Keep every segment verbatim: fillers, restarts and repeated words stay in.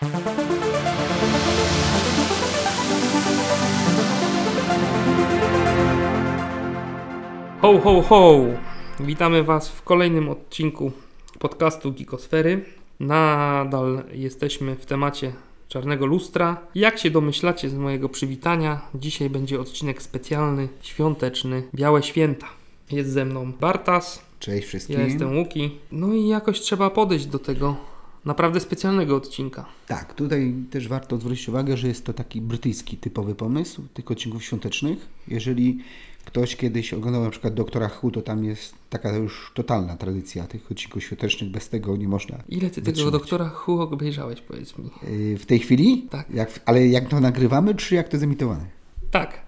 Ho, ho, ho! Witamy Was w kolejnym odcinku podcastu Geekosfery. Nadal jesteśmy w temacie czarnego lustra. Jak się domyślacie z mojego przywitania, dzisiaj będzie odcinek specjalny, świąteczny, Białe Święta. Jest ze mną Bartas. Cześć wszystkim. Ja jestem Łuki. No i jakoś trzeba podejść do tego naprawdę specjalnego odcinka. Tak, tutaj też warto zwrócić uwagę, że jest to taki brytyjski typowy pomysł tych odcinków świątecznych. Jeżeli ktoś kiedyś oglądał na przykład Doktora Who, to tam jest taka już totalna tradycja tych odcinków świątecznych, bez tego nie można Ile ty wytrzymać. tego Doktora Who obejrzałeś, powiedz mi? W tej chwili? Tak. Jak, ale jak to nagrywamy, czy jak to jest emitowane? Tak.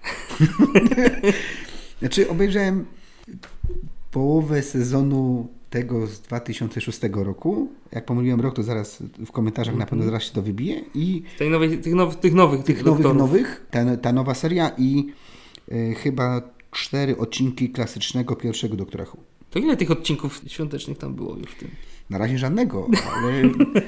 Znaczy obejrzałem połowę sezonu tego z dwa tysiące szóstego roku. Jak pomyliłem rok, to zaraz w komentarzach mm-hmm. na pewno zaraz się to wybije. I tej nowej, tych, now, tych nowych tych, tych nowych, nowych ta, ta nowa seria i y, chyba cztery odcinki klasycznego pierwszego Doktora Who. To ile tych odcinków świątecznych tam było już w tym? Na razie żadnego, ale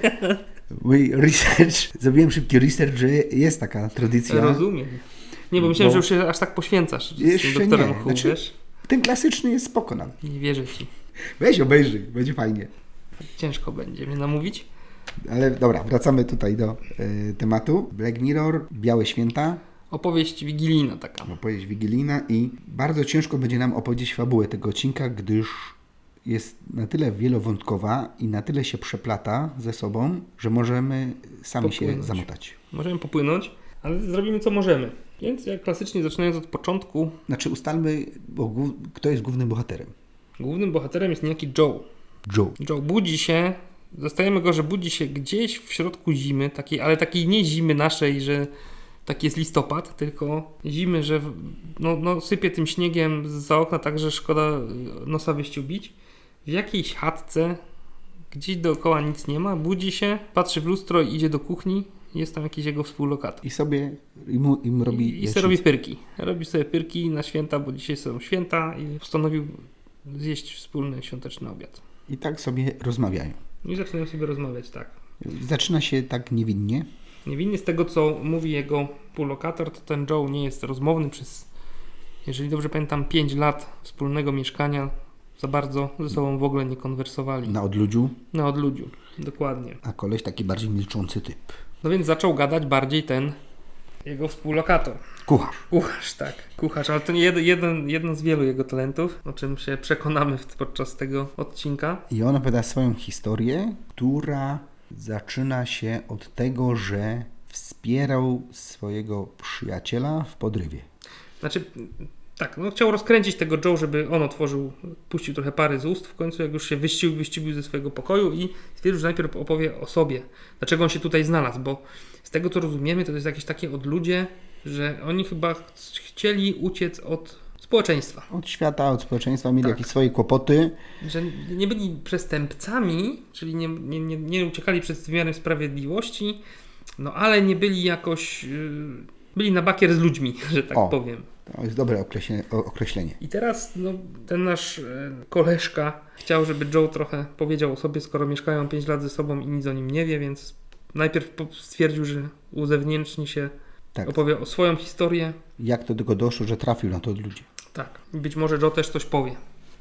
mój research, zrobiłem szybki research, że jest taka tradycja. Rozumiem. Nie, bo myślałem, bo że już się aż tak poświęcasz z tym Doktorem Who, znaczy, wiesz? Ten klasyczny jest spoko nawet. Nie wierzę Ci. Weź obejrzyj, będzie fajnie. Ciężko będzie mnie namówić. Ale dobra, wracamy tutaj do y, tematu. Black Mirror, Białe Święta. Opowieść wigilijna taka. Opowieść wigilijna i bardzo ciężko będzie nam opowiedzieć fabułę tego odcinka, gdyż jest na tyle wielowątkowa i na tyle się przeplata ze sobą, że możemy sami popłynąć. się zamotać. Możemy popłynąć, ale zrobimy co możemy. Więc jak klasycznie zaczynając od początku... Znaczy ustalmy, bo, kto jest głównym bohaterem. Głównym bohaterem jest niejaki Joe. Joe. Joe budzi się, zostajemy go, że budzi się gdzieś w środku zimy, takiej, ale takiej nie zimy naszej, że taki jest listopad, tylko zimy, że no, no, sypie tym śniegiem za okna tak, że szkoda nosa wyściubić. W jakiejś chatce, gdzieś dookoła nic nie ma, budzi się, patrzy w lustro i idzie do kuchni. Jest tam jakiś jego współlokator. I sobie im, im robi I, i sobie robi pyrki. Robi sobie pyrki na święta, bo dzisiaj są święta i postanowił zjeść wspólny świąteczny obiad. I tak sobie rozmawiają. I zaczynają sobie rozmawiać, tak. Zaczyna się tak niewinnie. Niewinnie z tego, co mówi jego współlokator, to ten Joe nie jest rozmowny przez, jeżeli dobrze pamiętam, pięć lat wspólnego mieszkania. Za bardzo ze sobą w ogóle nie konwersowali. Na odludziu. Na odludziu, dokładnie. A koleś taki bardziej milczący typ. No więc zaczął gadać bardziej ten jego współlokator. Kucharz. Kucharz, tak. Kucharz, ale to nie jeden, jeden, jedno z wielu jego talentów, o czym się przekonamy w, podczas tego odcinka. I on opowiada swoją historię, która zaczyna się od tego, że wspierał swojego przyjaciela w podrywie. Znaczy, tak, no chciał rozkręcić tego Joe, żeby on otworzył, puścił trochę pary z ust w końcu, jak już się wyścigł, wyścigł ze swojego pokoju i stwierdził, że najpierw opowie o sobie. Dlaczego on się tutaj znalazł, bo z tego co rozumiemy, to jest jakieś takie odludzie, że oni chyba ch- chcieli uciec od społeczeństwa. Od świata, od społeczeństwa, mieli tak. jakieś swoje kłopoty. Że nie byli przestępcami, czyli nie, nie, nie, nie uciekali przed wymiarem sprawiedliwości, no ale nie byli jakoś, yy, byli na bakier z ludźmi, że tak o, powiem. To jest dobre określenie. określenie. I teraz no, ten nasz e, koleżka chciał, żeby Joe trochę powiedział o sobie, skoro mieszkają pięć lat ze sobą i nic o nim nie wie, więc najpierw stwierdził, że uzewnętrzni się, tak. Opowie o swoją historię. Jak to do tego doszło, że trafił na to od ludzi. Tak. Być może Joe też coś powie.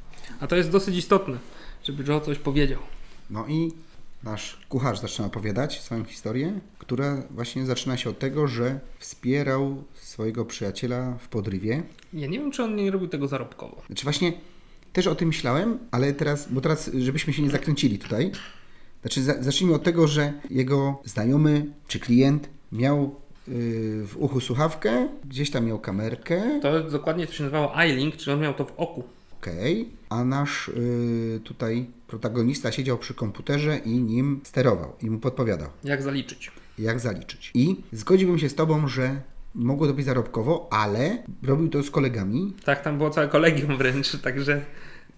A to jest dosyć istotne, żeby Joe coś powiedział. No i nasz kucharz zaczyna opowiadać swoją historię, która właśnie zaczyna się od tego, że wspierał swojego przyjaciela w podrywie. Ja nie wiem, czy on nie robił tego zarobkowo. Znaczy właśnie też o tym myślałem, ale teraz, bo teraz, żebyśmy się nie zakręcili tutaj, znaczy za, zacznijmy od tego, że jego znajomy czy klient miał yy, w uchu słuchawkę, gdzieś tam miał kamerkę. To dokładnie to się nazywało iLink, czyli on miał to w oku. Okej, okay. A nasz yy, tutaj protagonista siedział przy komputerze i nim sterował i mu podpowiadał. Jak zaliczyć. Jak zaliczyć. I zgodziłbym się z Tobą, że mogło to być zarobkowo, ale robił to z kolegami. Tak, tam było całe kolegium wręcz, także...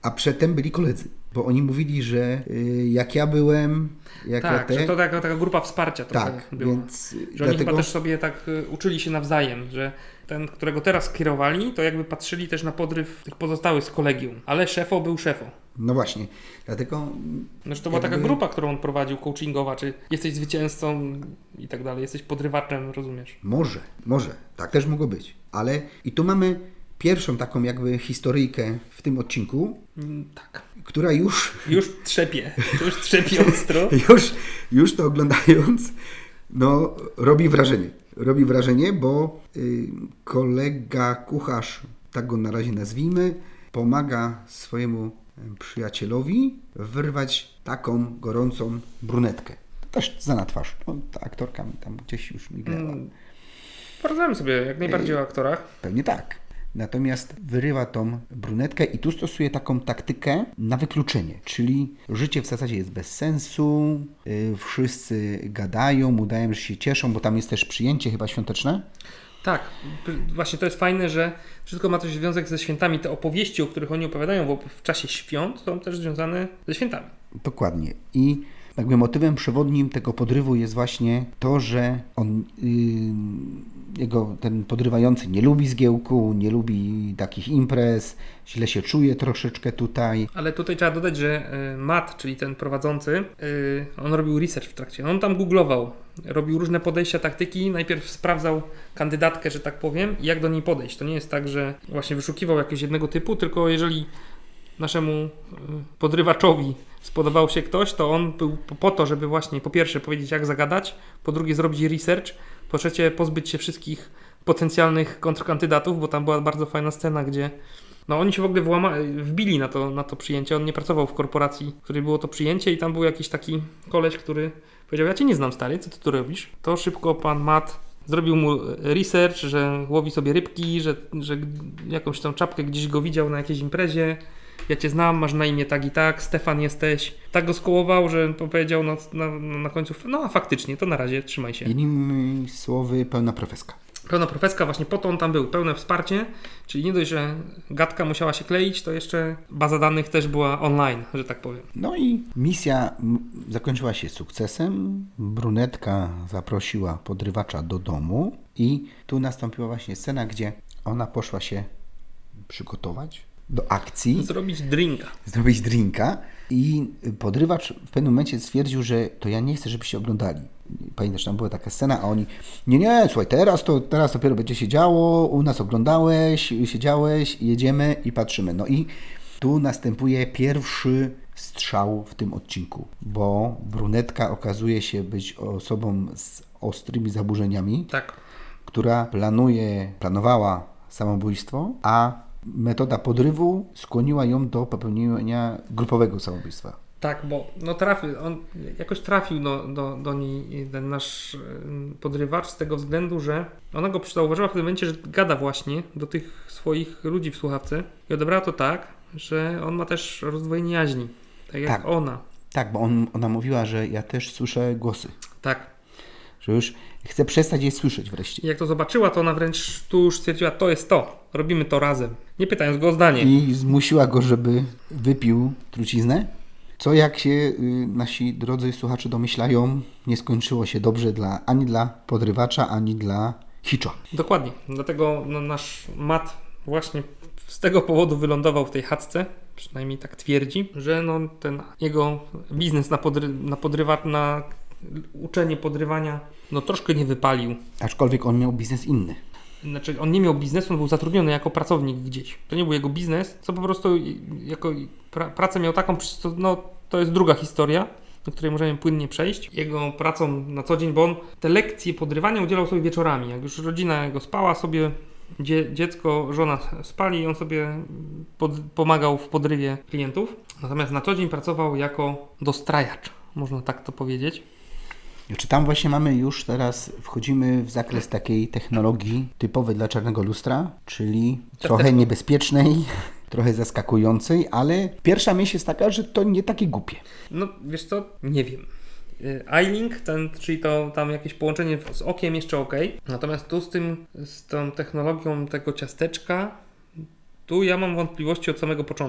A przedtem byli koledzy, bo oni mówili, że y, jak ja byłem, jak tak, ja te... że to taka, taka grupa wsparcia trochę tak, była. Więc że dlatego... oni chyba też sobie tak y, uczyli się nawzajem, że ten, którego teraz kierowali, to jakby patrzyli też na podryw tych pozostałych z kolegium. Ale szefo był szefo. No właśnie, dlatego... Znaczy to była jakby... taka grupa, którą on prowadził, coachingowa, czy jesteś zwycięzcą i tak dalej, jesteś podrywaczem, rozumiesz? Może, może, tak też mogło być. Ale i tu mamy pierwszą taką jakby historyjkę w tym odcinku, Mm, tak. która już... Już trzepie, już trzepie ostro. już, już to oglądając, no robi wrażenie. Robi wrażenie, bo y, kolega kucharz, tak go na razie nazwijmy, pomaga swojemu przyjacielowi wyrwać taką gorącą brunetkę. Też znana twarz. No, ta aktorka mi tam gdzieś już mignęła. Mm, porozmawiamy sobie jak najbardziej o aktorach. Pewnie tak. Natomiast wyrywa tą brunetkę i tu stosuje taką taktykę na wykluczenie, czyli życie w zasadzie jest bez sensu, yy, wszyscy gadają, udają, że się cieszą, bo tam jest też przyjęcie chyba świąteczne. Tak, właśnie to jest fajne, że wszystko ma też związek ze świętami. Te opowieści, o których oni opowiadają w czasie świąt, są też związane ze świętami. Dokładnie. I jakby motywem przewodnim tego podrywu jest właśnie to, że on, yy, jego ten podrywający nie lubi zgiełku, nie lubi takich imprez, źle się czuje troszeczkę tutaj. Ale tutaj trzeba dodać, że y, Matt, czyli ten prowadzący, y, on robił research w trakcie. On tam googlował, robił różne podejścia, taktyki. Najpierw sprawdzał kandydatkę, że tak powiem, i jak do niej podejść. To nie jest tak, że właśnie wyszukiwał jakiegoś jednego typu, tylko jeżeli naszemu y, podrywaczowi spodobał się ktoś, to on był po to, żeby właśnie po pierwsze powiedzieć, jak zagadać, po drugie zrobić research, po trzecie pozbyć się wszystkich potencjalnych kontrkandydatów, bo tam była bardzo fajna scena, gdzie no oni się w ogóle włama- wbili na to, na to przyjęcie. On nie pracował w korporacji, w której było to przyjęcie i tam był jakiś taki koleś, który powiedział, ja cię nie znam stary, co ty tu robisz? To szybko pan Matt zrobił mu research, że łowi sobie rybki, że, że jakąś tą czapkę gdzieś go widział na jakiejś imprezie. Ja cię znam, masz na imię tak i tak, Stefan jesteś. Tak go skołował, że powiedział na, na, na końcu, no a faktycznie, to na razie, trzymaj się. Innymi słowy, pełna profeska. Pełna profeska, właśnie po to on tam był, pełne wsparcie, czyli nie dość, że gadka musiała się kleić, to jeszcze baza danych też była online, że tak powiem. No i misja m- zakończyła się sukcesem. Brunetka zaprosiła podrywacza do domu i tu nastąpiła właśnie scena, gdzie ona poszła się przygotować do akcji. Zrobić drinka. Zrobić drinka i podrywacz w pewnym momencie stwierdził, że to ja nie chcę, żebyście oglądali. Pamiętasz, tam była taka scena, a oni nie, nie, słuchaj, teraz to teraz dopiero będzie się działo, u nas oglądałeś, siedziałeś, jedziemy i patrzymy. No i tu następuje pierwszy strzał w tym odcinku, bo brunetka okazuje się być osobą z ostrymi zaburzeniami, Tak. która planuje, planowała samobójstwo, a metoda podrywu skłoniła ją do popełnienia grupowego samobójstwa. Tak, bo no trafił, on jakoś trafił do, do, do niej ten nasz podrywacz z tego względu, że ona go zauważyła w tym momencie, że gada właśnie do tych swoich ludzi w słuchawce i odebrała to tak, że on ma też rozdwojenie jaźni, tak jak Tak. ona. Tak, bo on, ona mówiła, że ja też słyszę głosy. Tak. Że już chcę przestać je słyszeć wreszcie. I jak to zobaczyła, to ona wręcz tu już stwierdziła, to jest to, robimy to razem, nie pytając go o zdanie. I zmusiła go, żeby wypił truciznę. Co, jak się y, nasi drodzy słuchacze domyślają, nie skończyło się dobrze dla, ani dla podrywacza, ani dla Hitcha. Dokładnie, dlatego no, nasz Matt właśnie z tego powodu wylądował w tej chatce, przynajmniej tak twierdzi, że no, ten jego biznes na, podry, na podrywa, na uczenie podrywania no troszkę nie wypalił. Aczkolwiek on miał biznes inny. Znaczy on nie miał biznesu, on był zatrudniony jako pracownik gdzieś. To nie był jego biznes, co po prostu jako pra, pracę miał taką, no to jest druga historia, do której możemy płynnie przejść. Jego pracą na co dzień, bo on te lekcje podrywania udzielał sobie wieczorami. Jak już rodzina jego spała sobie, dzie, dziecko, żona spali i on sobie pod, pomagał w podrywie klientów. Natomiast na co dzień pracował jako dostrajacz, można tak to powiedzieć. Czy tam właśnie mamy już teraz, wchodzimy w zakres takiej technologii typowej dla czarnego lustra, czyli trochę niebezpiecznej, trochę zaskakującej, ale pierwsza myśl jest taka, że to nie takie głupie. No wiesz co, nie wiem. iLink, ten, czyli to tam jakieś połączenie z okiem jeszcze ok. Natomiast tu z tym, z tą technologią tego ciasteczka, tu ja mam wątpliwości od samego początku.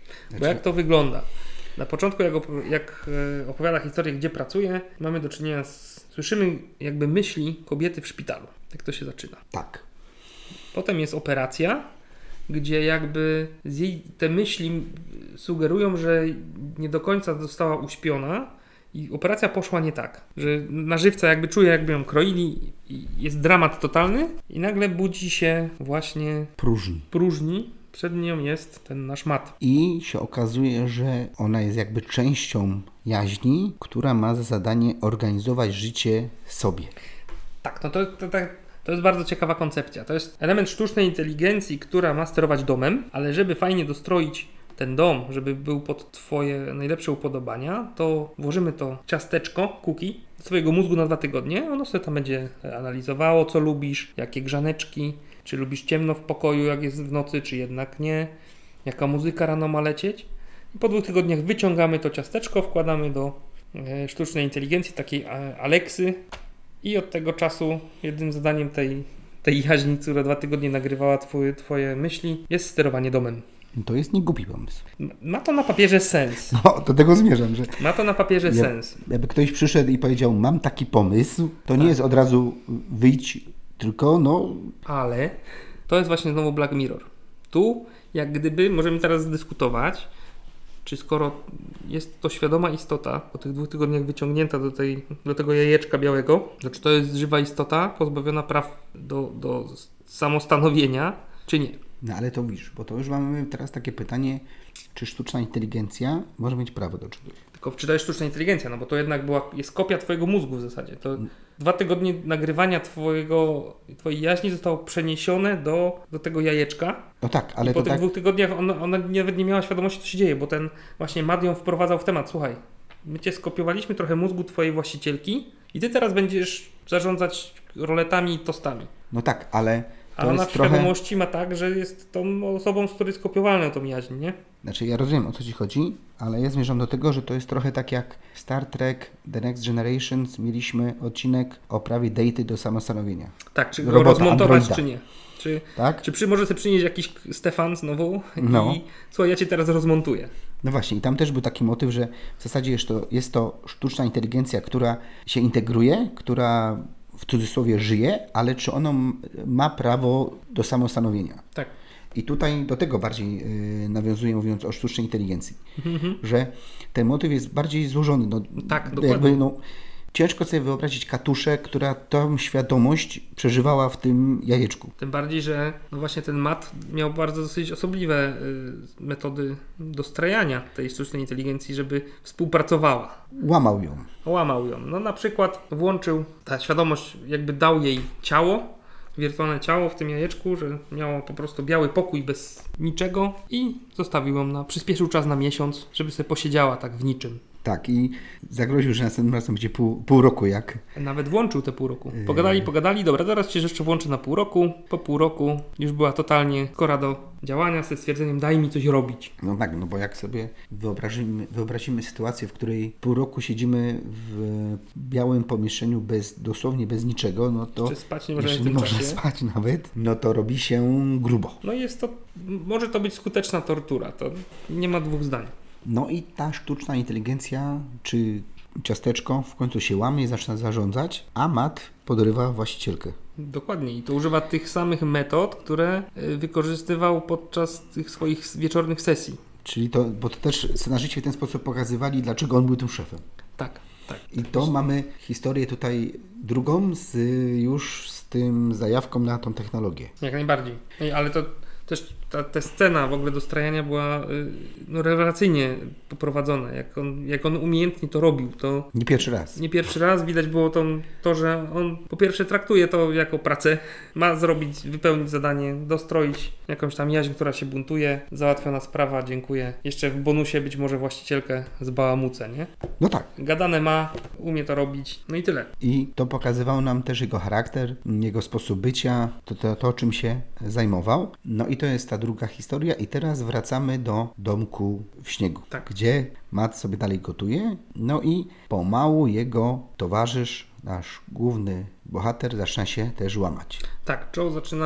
Znaczy... Bo jak to wygląda? Na początku, jak, op- jak e, opowiada historię, gdzie pracuje, mamy do czynienia z... Słyszymy jakby myśli kobiety w szpitalu. Tak to się zaczyna. Tak. Potem jest operacja, gdzie jakby z jej, te myśli sugerują, że nie do końca została uśpiona i operacja poszła nie tak. Że na żywca jakby czuje, jakby ją kroili i jest dramat totalny i nagle budzi się właśnie próżni. próżni. Przed nią jest ten nasz mat. I się okazuje, że ona jest jakby częścią jaźni, która ma za zadanie organizować życie sobie. Tak, no to, to, to, to jest bardzo ciekawa koncepcja. To jest element sztucznej inteligencji, która ma sterować domem, ale żeby fajnie dostroić ten dom, żeby był pod Twoje najlepsze upodobania, to włożymy to ciasteczko, cookie, do swojego mózgu na dwa tygodnie. Ono sobie tam będzie analizowało, co lubisz, jakie grzaneczki, czy lubisz ciemno w pokoju, jak jest w nocy, czy jednak nie, jaka muzyka rano ma lecieć. I po dwóch tygodniach wyciągamy to ciasteczko, wkładamy do e, sztucznej inteligencji, takiej e, Alexy i od tego czasu jednym zadaniem tej, tej jaźni, która dwa tygodnie nagrywała twoje, twoje myśli, jest sterowanie domem. To jest niegłupi pomysł. Ma to na papierze sens. No, do tego zmierzam, że... Ma to na papierze ja, sens. Jakby ktoś przyszedł i powiedział, mam taki pomysł, to nie tak. jest od razu wyjdź, tylko no... Ale to jest właśnie znowu Black Mirror. Tu, jak gdyby, możemy teraz dyskutować, czy skoro jest to świadoma istota, po tych dwóch tygodniach wyciągnięta do, tej, do tego jajeczka białego, to czy to jest żywa istota, pozbawiona praw do, do samostanowienia, czy nie? No ale to widzisz, bo to już mamy teraz takie pytanie, czy sztuczna inteligencja może mieć prawo do czegoś? Tylko czy to jest sztuczna inteligencja, no bo to jednak była, jest kopia twojego mózgu w zasadzie. To dwa tygodnie nagrywania twojego, twojej jaźni zostało przeniesione do, do tego jajeczka. No tak, ale I po to tych tak... dwóch tygodniach ona, ona nawet nie miała świadomości, co się dzieje, bo ten właśnie Mad ją wprowadzał w temat. Słuchaj, my cię skopiowaliśmy trochę mózgu twojej właścicielki i ty teraz będziesz zarządzać roletami i tostami. No tak, ale... To A ona jest w trochę... świadomości ma tak, że jest tą osobą, z której skopiowano tą jaźń, nie? Znaczy ja rozumiem, o co Ci chodzi, ale ja zmierzam do tego, że to jest trochę tak jak w Star Trek The Next Generations mieliśmy odcinek o prawie daty do samostanowienia. Tak, czy go Robota, rozmontować, androida. czy nie. Czy, Tak? czy przy, może sobie przynieść jakiś Stefan znowu No. i słuchaj, ja Cię teraz rozmontuję. No właśnie, i tam też był taki motyw, że w zasadzie jest to, jest to sztuczna inteligencja, która się integruje, która w cudzysłowie żyje, ale czy ono m- ma prawo do samostanowienia? Tak. I tutaj do tego bardziej yy, nawiązuję, mówiąc o sztucznej inteligencji, Mhm. że ten motyw jest bardziej złożony. No, Tak, dokładnie. jakby, no, ciężko sobie wyobrazić katuszę, która tą świadomość przeżywała w tym jajeczku. Tym bardziej, że no właśnie ten Matt miał bardzo dosyć osobliwe y, metody dostrajania tej sztucznej inteligencji, żeby współpracowała. Łamał ją. Łamał ją. No na przykład włączył, ta świadomość jakby dał jej ciało, wirtualne ciało w tym jajeczku, że miało po prostu biały pokój bez niczego i zostawił ją na, przyspieszył czas na miesiąc, żeby sobie posiedziała tak w niczym. Tak, i zagroził, że następnym razem będzie pół, pół roku, jak... Nawet włączył te pół roku. Pogadali, pogadali, dobra, teraz Cię jeszcze włączę na pół roku. Po pół roku już była totalnie skora do działania ze stwierdzeniem, daj mi coś robić. No tak, no bo jak sobie wyobrazimy, wyobrazimy sytuację, w której pół roku siedzimy w białym pomieszczeniu bez, dosłownie bez niczego, no to... Czy spać nie możemy jeszcze w tym nie można czasie? spać nawet, no to robi się grubo. No i jest to, może to być skuteczna tortura, to nie ma dwóch zdań. No i ta sztuczna inteligencja, czy ciasteczko w końcu się łamie i zaczyna zarządzać, a Matt podrywa właścicielkę. Dokładnie. I to używa tych samych metod, które y, wykorzystywał podczas tych swoich wieczornych sesji. Czyli to, bo to też scenarzyści w ten sposób pokazywali, dlaczego on był tym szefem. Tak, tak. I to mamy historię tutaj drugą z już z tym zajawką na tą technologię. Jak najbardziej. Ej, ale to też ta, ta scena w ogóle dostrajania była y, no, rewelacyjnie poprowadzona. Jak on, jak on umiejętnie to robił, to Nie pierwszy raz. nie pierwszy raz widać było to, to, że on po pierwsze traktuje to jako pracę, ma zrobić, wypełnić zadanie, dostroić jakąś tam jaźń, która się buntuje, załatwiona sprawa, dziękuję. Jeszcze w bonusie być może właścicielkę z bałamuce, nie? No tak. Gadane ma, umie to robić, no i tyle. I to pokazywało nam też jego charakter, jego sposób bycia, to, to, to czym się zajmował. No i to jest ta druga historia. I teraz wracamy do domku w śniegu, Tak. gdzie Matt sobie dalej gotuje. No i pomału jego towarzysz, nasz główny bohater, zaczyna się też łamać. Tak, Joe zaczyna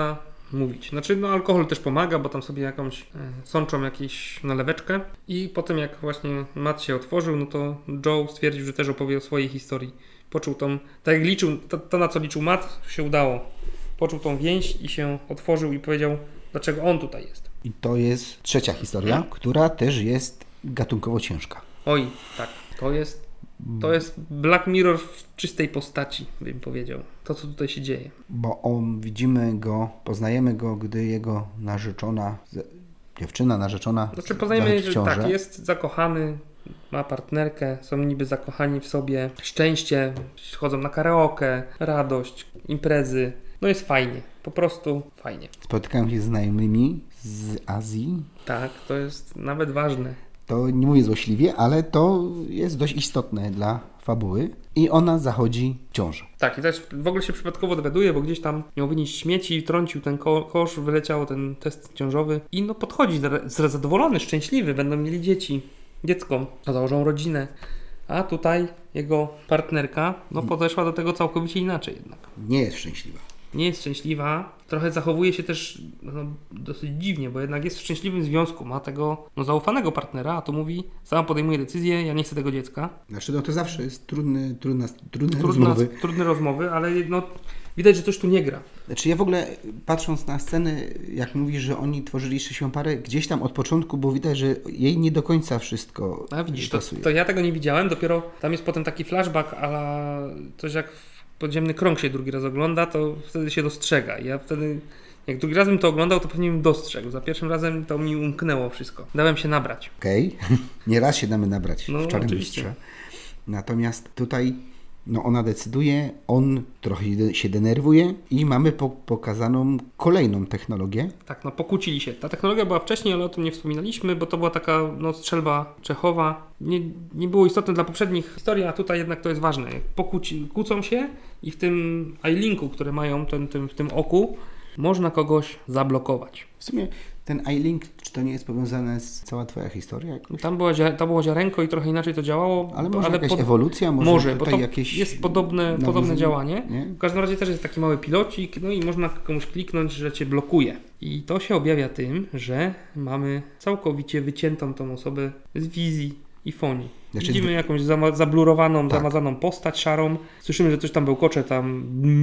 mówić. Znaczy, no alkohol też pomaga, bo tam sobie jakąś e, sączą jakąś naleweczkę i potem jak właśnie Matt się otworzył, no to Joe stwierdził, że też opowie o swojej historii. Poczuł tą, tak jak liczył, to, to na co liczył Matt, się udało. Poczuł tą więź i się otworzył i powiedział, dlaczego on tutaj jest. I to jest trzecia historia, hmm. która też jest gatunkowo ciężka. Oj, tak, to jest To jest Black Mirror w czystej postaci, bym powiedział. To, co tutaj się dzieje. Bo on, widzimy go, poznajemy go, gdy jego narzeczona, dziewczyna narzeczona Znaczy poznajemy, że tak, jest zakochany, ma partnerkę, są niby zakochani w sobie, szczęście, chodzą na karaoke, radość, imprezy. No jest fajnie, po prostu fajnie. Spotykają się z znajomymi z Azji. Tak, to jest nawet ważne. To nie mówię złośliwie, ale to jest dość istotne dla fabuły i ona zachodzi w ciążę. Tak, i też w ogóle się przypadkowo dowiaduje, bo gdzieś tam miał wynieść śmieci, trącił ten ko- kosz, wyleciał ten test ciążowy i no podchodzi zadowolony, szczęśliwy, będą mieli dzieci, dziecko, założą rodzinę, a tutaj jego partnerka no podeszła do tego całkowicie inaczej jednak. Nie jest szczęśliwa. Nie jest szczęśliwa, trochę zachowuje się też no, dosyć dziwnie, bo jednak jest w szczęśliwym związku, ma tego no, zaufanego partnera, a tu mówi, sama podejmuje decyzję, ja nie chcę tego dziecka. Znaczy no to zawsze jest trudny, trudna, trudne Trudna, rozmowy. Trudne rozmowy, ale no, widać, że coś tu nie gra. Znaczy ja w ogóle patrząc na sceny, jak mówisz, że oni tworzyli szczęśliwą parę, gdzieś tam od początku było widać, że jej nie do końca wszystko A widzisz, to, pasuje. to ja tego nie widziałem, dopiero tam jest potem taki flashback, ale coś jak w Podziemny Krąg się drugi raz ogląda, to wtedy się dostrzega. Ja wtedy, jak drugi raz bym to oglądał, to pewnie bym dostrzegł. Za pierwszym razem to mi umknęło wszystko. Dałem się nabrać. Okej, okay. Nie raz się damy nabrać no, w Czarnym Lustrze. Natomiast tutaj no ona decyduje, on trochę się denerwuje i mamy po, pokazaną kolejną technologię. Tak, no pokłócili się. Ta technologia była wcześniej, ale o tym nie wspominaliśmy, bo to była taka no, strzelba czechowa. Nie, nie było istotne dla poprzednich historii, a tutaj jednak to jest ważne. Pokłóci, kłócą się i w tym iLinku, które mają ten, ten, w tym oku, można kogoś zablokować. W sumie ten iLink, czy to nie jest powiązane z cała twoja historia? Jakoś? Tam było, tam było ziarenko i trochę inaczej to działało. Ale może ale jakaś pod... ewolucja? Może, może tutaj bo to jakieś jest podobne, nowy... podobne działanie. Nie? W każdym razie też jest taki mały pilocik, no i można komuś kliknąć, że cię blokuje. I to się objawia tym, że mamy całkowicie wyciętą tą osobę z wizji i fonii. Znaczy, widzimy jakąś zama- zablurowaną, tak. zamazaną postać szarą. Słyszymy, że coś tam bełkocze tam,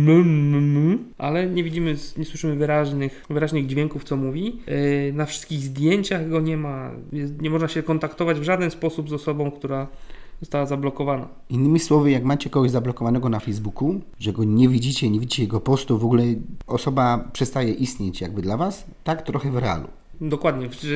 ale nie widzimy, nie słyszymy wyraźnych, wyraźnych dźwięków, co mówi. Yy, na wszystkich zdjęciach go nie ma. Nie można się kontaktować w żaden sposób z osobą, która została zablokowana. Innymi słowy, jak macie kogoś zablokowanego na Facebooku, że go nie widzicie, nie widzicie jego postu, w ogóle osoba przestaje istnieć jakby dla was, tak trochę w realu. Dokładnie, w,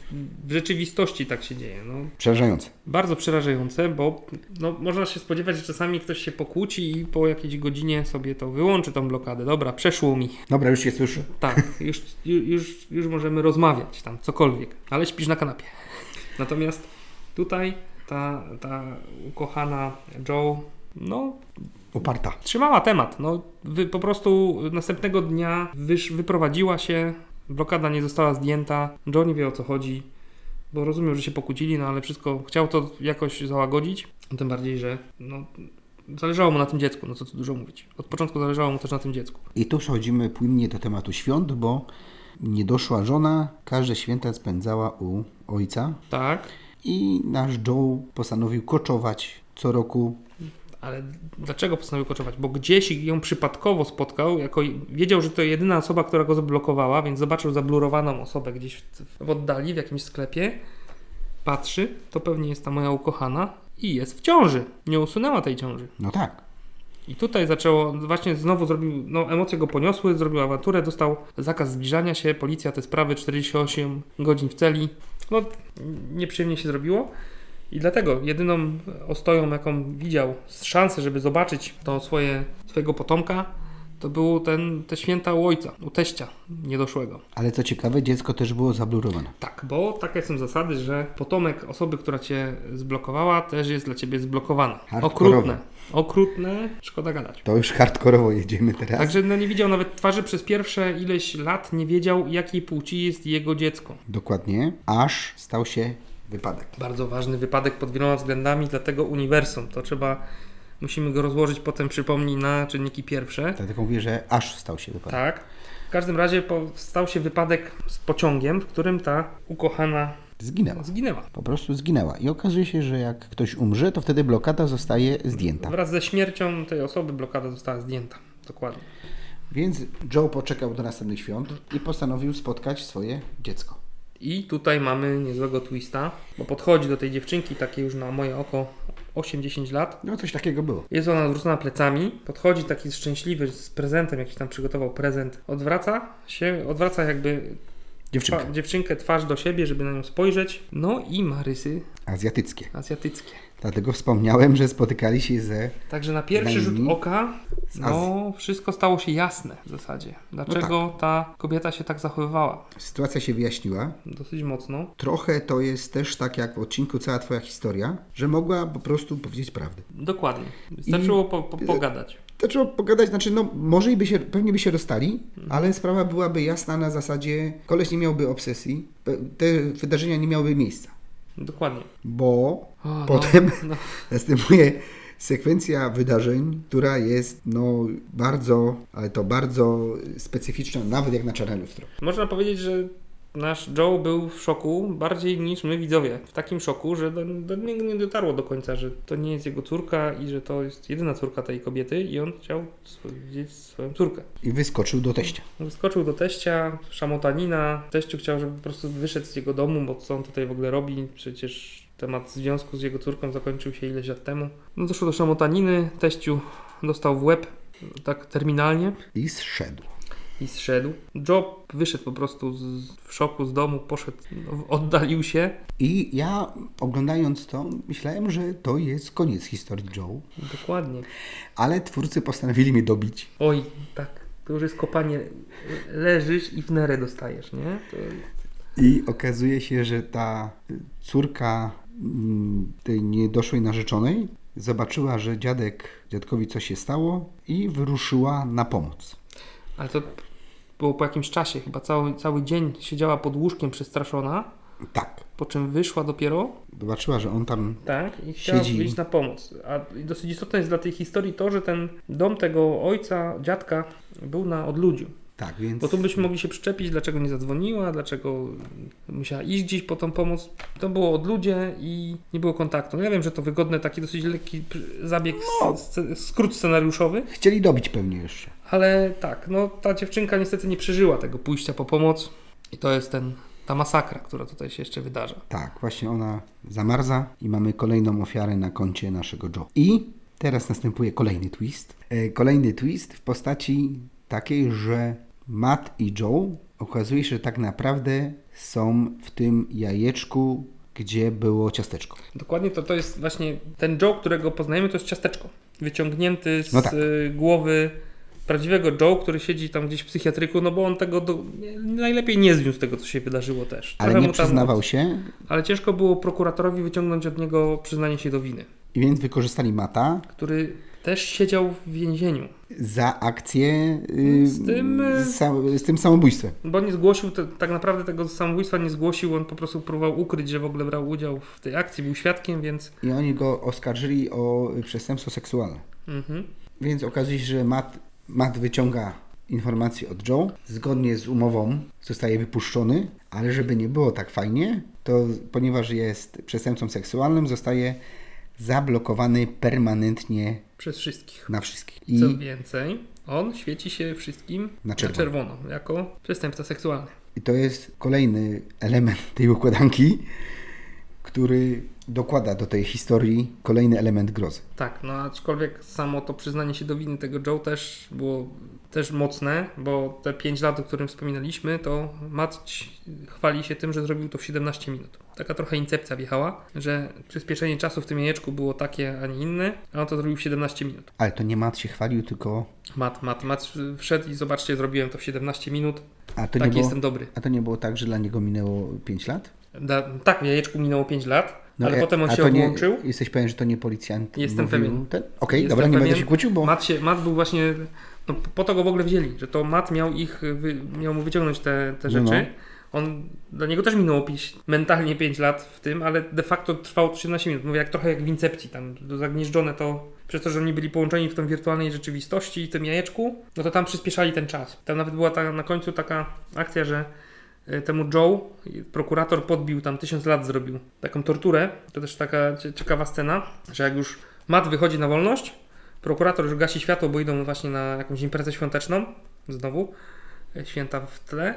w rzeczywistości tak się dzieje. No. Przerażające. Bardzo przerażające, bo no, można się spodziewać, że czasami ktoś się pokłóci i po jakiejś godzinie sobie to wyłączy tą blokadę. Dobra, przeszło mi. Dobra, już się słyszę. Tak, już, już, już możemy rozmawiać tam, cokolwiek, ale śpisz na kanapie. Natomiast tutaj ta, ta ukochana Joe, no... Uparta. Trzymała temat. No, wy, po prostu następnego dnia wysz, wyprowadziła się. Blokada nie została zdjęta. Joe nie wie, o co chodzi, bo rozumiem, że się pokłócili, no ale wszystko chciał to jakoś załagodzić. Tym bardziej, że no, zależało mu na tym dziecku, no co tu dużo mówić. Od początku zależało mu też na tym dziecku. I tu przechodzimy płynnie do tematu świąt, bo niedoszła żona każde święta spędzała u ojca. Tak. I nasz Joe postanowił koczować co roku. Ale dlaczego postanowił koczować? Bo gdzieś ją przypadkowo spotkał, jako wiedział, że to jedyna osoba, która go zablokowała, więc zobaczył zablurowaną osobę gdzieś w, w oddali, w jakimś sklepie. Patrzy, to pewnie jest ta moja ukochana i jest w ciąży. Nie usunęła tej ciąży. No tak. I tutaj zaczęło, właśnie znowu zrobił, no emocje go poniosły, zrobił awanturę, dostał zakaz zbliżania się, policja te sprawy, czterdzieści osiem godzin w celi. No nieprzyjemnie się zrobiło. I dlatego jedyną ostoją, jaką widział, szansę, żeby zobaczyć to swoje, swojego potomka, to było ten, te święta u ojca, u teścia niedoszłego. Ale co ciekawe, dziecko też było zablurowane. Tak, bo takie są zasady, że potomek osoby, która cię zblokowała, też jest dla ciebie zblokowana. Okrutne. Okrutne, szkoda gadać. To już hardkorowo jedziemy teraz. Także no nie widział nawet twarzy przez pierwsze ileś lat, nie wiedział, jakiej płci jest jego dziecko. Dokładnie, aż stał się wypadek. Bardzo ważny wypadek pod wieloma względami dla tego uniwersum. To trzeba, musimy go rozłożyć potem, przypomnij, na czynniki pierwsze. Dlatego mówię, że aż stał się wypadek. Tak. każdym razie po, stał się wypadek z pociągiem, w którym ta ukochana Zginęła. zginęła. Po prostu zginęła. I okazuje się, że jak ktoś umrze, to wtedy blokada zostaje zdjęta. Wraz ze śmiercią tej osoby blokada została zdjęta. Dokładnie. Więc Joe poczekał do następnych świąt i postanowił spotkać swoje dziecko. I tutaj mamy niezłego twista, bo podchodzi do tej dziewczynki, takiej już na moje oko osiem dziesięć lat. No coś takiego było. Jest ona zwrócona plecami, podchodzi taki szczęśliwy z prezentem, jakiś tam przygotował prezent, odwraca się, odwraca jakby Dziewczynkę. twa, dziewczynkę twarz do siebie, żeby na nią spojrzeć. No i ma rysy Azjatyckie. azjatyckie. Dlatego wspomniałem, że spotykali się ze... Także na pierwszy rzut Znajomymi oka no, wszystko stało się jasne w zasadzie. Dlaczego No tak. ta kobieta się tak zachowywała? Sytuacja się wyjaśniła. Dosyć mocno. Trochę to jest też tak jak w odcinku Cała Twoja historia, że mogła po prostu powiedzieć prawdę. Dokładnie. Wystarczyło po, po, pogadać. To trzeba pogadać, znaczy no może i by się, pewnie by się rozstali, ale sprawa byłaby jasna na zasadzie, koleś nie miałby obsesji, te wydarzenia nie miałyby miejsca. Dokładnie. Bo O, potem no, no. następuje sekwencja wydarzeń, która jest no bardzo, ale to bardzo specyficzna, nawet jak na czarne lustro. Można powiedzieć, że nasz Joe był w szoku bardziej niż my widzowie. W takim szoku, że do, do niego nie dotarło do końca, że to nie jest jego córka i że to jest jedyna córka tej kobiety i on chciał widzieć swoją córkę. I wyskoczył do teścia. Wyskoczył do teścia, szamotanina. Teściu chciał, żeby po prostu wyszedł z jego domu, bo co on tutaj w ogóle robi? Przecież temat związku z jego córką zakończył się ileś lat temu. No doszło do szamotaniny, teściu dostał w łeb, tak terminalnie. I zszedł. I zszedł. Joe wyszedł po prostu z, w szoku z domu, poszedł, no, oddalił się. I ja oglądając to myślałem, że to jest koniec historii Joe. Dokładnie. Ale twórcy postanowili mnie dobić. Oj, tak. To już jest kopanie. Leżysz i w nerę dostajesz, nie? To... I okazuje się, że ta córka tej niedoszłej narzeczonej zobaczyła, że dziadek, dziadkowi coś się stało i wyruszyła na pomoc. Ale to było po jakimś czasie, chyba cały, cały dzień siedziała pod łóżkiem przestraszona. Tak. Po czym wyszła dopiero. Zobaczyła, że on tam Tak, i chciała siedzi. wyjść na pomoc. A dosyć istotne jest dla tej historii to, że ten dom tego ojca, dziadka był na odludziu. Tak, więc... Bo tu byśmy mogli się przyczepić, dlaczego nie zadzwoniła, dlaczego musiała iść gdzieś po tą pomoc. To było odludzie i nie było kontaktu. No ja wiem, że to wygodny, taki dosyć lekki zabieg, No. sc- skrót scenariuszowy. Chcieli dobić pewnie jeszcze. Ale tak, no ta dziewczynka niestety nie przeżyła tego pójścia po pomoc. I to jest ten, ta masakra, która tutaj się jeszcze wydarza. Tak, właśnie ona zamarza i mamy kolejną ofiarę na koncie naszego Joe. I teraz następuje kolejny twist. E, kolejny twist w postaci takiej, że Matt i Joe okazuje się, że tak naprawdę są w tym jajeczku, gdzie było ciasteczko. Dokładnie to, to jest właśnie ten Joe, którego poznajemy, to jest ciasteczko. Wyciągnięty z No tak. y, głowy prawdziwego Joe, który siedzi tam gdzieś w psychiatryku, no bo on tego do, nie, najlepiej nie zniósł tego, co się wydarzyło też. Ale Trochę nie mu tam przyznawał od- się Ale ciężko było prokuratorowi wyciągnąć od niego przyznanie się do winy, i więc wykorzystali Matta który też siedział w więzieniu, za akcję yy, Z tym, yy, z, sa- z tym samobójstwem. bo nie zgłosił, te, tak naprawdę tego samobójstwa nie zgłosił, on po prostu próbował ukryć, że w ogóle brał udział w tej akcji, był świadkiem, więc... I oni go oskarżyli o przestępstwo seksualne. Mhm. Więc okazuje się, że Matt, Matt wyciąga informacje od Joe. Zgodnie z umową zostaje wypuszczony, ale żeby nie było tak fajnie, to ponieważ jest przestępcą seksualnym, zostaje zablokowany permanentnie Przez wszystkich. na wszystkich. Co I, więcej, on świeci się wszystkim Na czerwono. czerwono jako przestępca seksualny. I to jest kolejny element tej układanki, który dokłada do tej historii kolejny element grozy. Tak, no aczkolwiek samo to przyznanie się do winy tego Joe też było też mocne, bo te pięć lat, o którym wspominaliśmy, to Matt chwali się tym, że zrobił to w siedemnaście minut. Taka trochę incepcja wjechała, że przyspieszenie czasu w tym jajeczku było takie, a nie inne, a on to zrobił w siedemnaście minut. Ale to nie Matt się chwalił, tylko... Matt, Matt, Matt wszedł i zobaczcie, zrobiłem to w siedemnaście minut. A to, nie Taki było, jestem dobry. a to nie było tak, że dla niego minęło pięć lat? Da, tak, w jajeczku minęło pięć lat, No, ale a- potem on a się to nie- odłączył. Jesteś pewien, że to nie policjant? Jestem mówił pewien. ten? Okej, Jestem dobra, nie będę pewien. się kłócił, bo... Matt, się, Matt był właśnie, no po to go w ogóle wzięli, że to Matt miał ich, wy, miał mu wyciągnąć te, te No, rzeczy. no. On, dla niego też minęło pięć, mentalnie pięć lat w tym, ale de facto trwało to siedemnaście minut. Mówię, jak trochę jak w Incepcji, tam zagnieżdżone to przez to, że oni byli połączeni w tą wirtualnej rzeczywistości, w tym jajeczku, no to tam przyspieszali ten czas. Tam nawet była ta, na końcu taka akcja, że temu Joe, prokurator podbił tam tysiąc lat zrobił taką torturę. To też taka ciekawa scena, że jak już Matt wychodzi na wolność, prokurator już gasi światło, bo idą właśnie na jakąś imprezę świąteczną, znowu, święta w tle,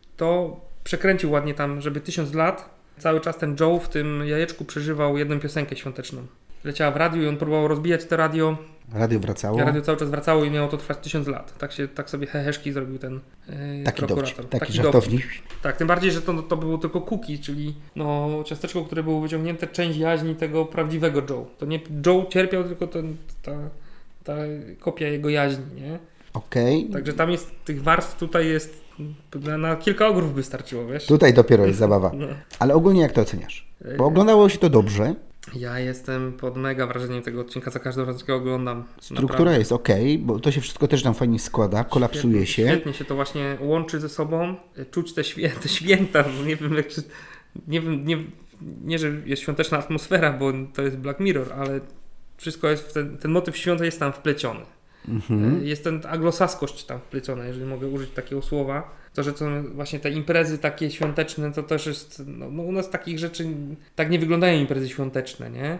to przekręcił ładnie tam, żeby tysiąc lat cały czas ten Joe w tym jajeczku przeżywał jedną piosenkę świąteczną. Leciała w radiu i on próbował rozbijać to radio. Radio wracało. Radio cały czas wracało i miało to trwać tysiąc lat. Tak się, tak sobie heheszki zrobił ten yy, taki prokurator. Dowcip, taki, taki żartownik. Dowcip. Tak, tym bardziej, że to, to było tylko cookie, czyli no, ciasteczko, które było wyciągnięte, część jaźni tego prawdziwego Joe. To nie Joe cierpiał, tylko ten, ta, ta kopia jego jaźni, nie? Okej. Okay. Także tam jest, tych warstw tutaj jest, na, na kilka ogrów by starczyło, wiesz? Tutaj dopiero jest zabawa. No. Ale ogólnie jak to oceniasz? Bo oglądało się to dobrze. Ja jestem pod mega wrażeniem tego odcinka, za każdym razem, jak oglądam. Struktura naprawdę. jest ok, bo to się wszystko też tam fajnie składa, kolapsuje świetnie, się. Świetnie się to właśnie łączy ze sobą, czuć te, świe, te święta, nie wiem, jak, nie wiem, nie, nie, że jest świąteczna atmosfera, bo to jest Black Mirror, ale wszystko jest, ten, ten motyw świąt jest tam wpleciony. Mhm. Jest ten anglosaskość tam wpleciona, jeżeli mogę użyć takiego słowa. To, że są właśnie te imprezy takie świąteczne, to też jest, no, no u nas takich rzeczy, tak nie wyglądają imprezy świąteczne, nie?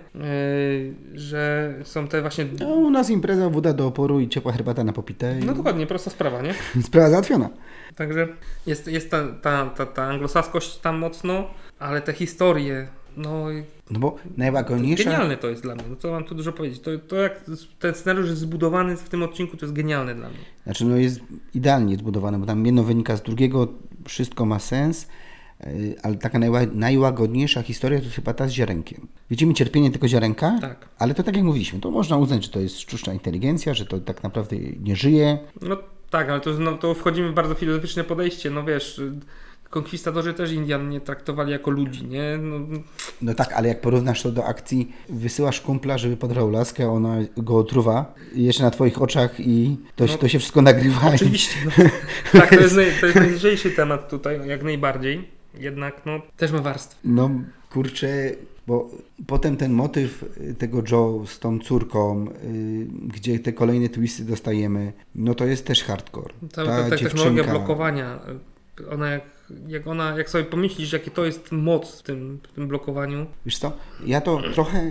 Yy, że są te właśnie... No, u nas impreza, woda do oporu i ciepła herbata na popite. No dokładnie, prosta sprawa, nie? Sprawa załatwiona. Także jest, jest ta, ta, ta, ta anglosaskość tam mocno, ale te historie, no... No bo najłagodniejsza... Genialne to jest dla mnie, no co mam tu dużo powiedzieć. To, to jak ten scenariusz jest zbudowany w tym odcinku, to jest genialne dla mnie. Znaczy no jest idealnie zbudowany, bo tam jedno wynika z drugiego, wszystko ma sens, ale taka najła- najłagodniejsza historia to jest chyba ta z ziarenkiem. Widzimy cierpienie tego ziarenka, tak. Ale to tak jak mówiliśmy, to można uznać, że to jest sztuczna inteligencja, że to tak naprawdę nie żyje. No tak, ale to, no, to wchodzimy w bardzo filozoficzne podejście, no wiesz... Konkwistadorzy też Indian nie traktowali jako ludzi, nie? No, no tak, ale jak porównasz to do akcji, wysyłasz kumpla, żeby podrał laskę, a ona go otruwa jeszcze na twoich oczach i to, no, to się wszystko nagrywa. Oczywiście. No. Tak, to jest, naj, to jest najlżejszy temat tutaj, jak najbardziej. Jednak no, też ma warstwę. No kurczę, bo potem ten motyw tego Joe z tą córką, yy, gdzie te kolejne twisty dostajemy, no to jest też hardcore. Ta, ta, ta, ta technologia blokowania, ona jak Jak ona, jak sobie pomyślisz, jakie to jest moc w tym, w tym blokowaniu. Wiesz co, ja to trochę,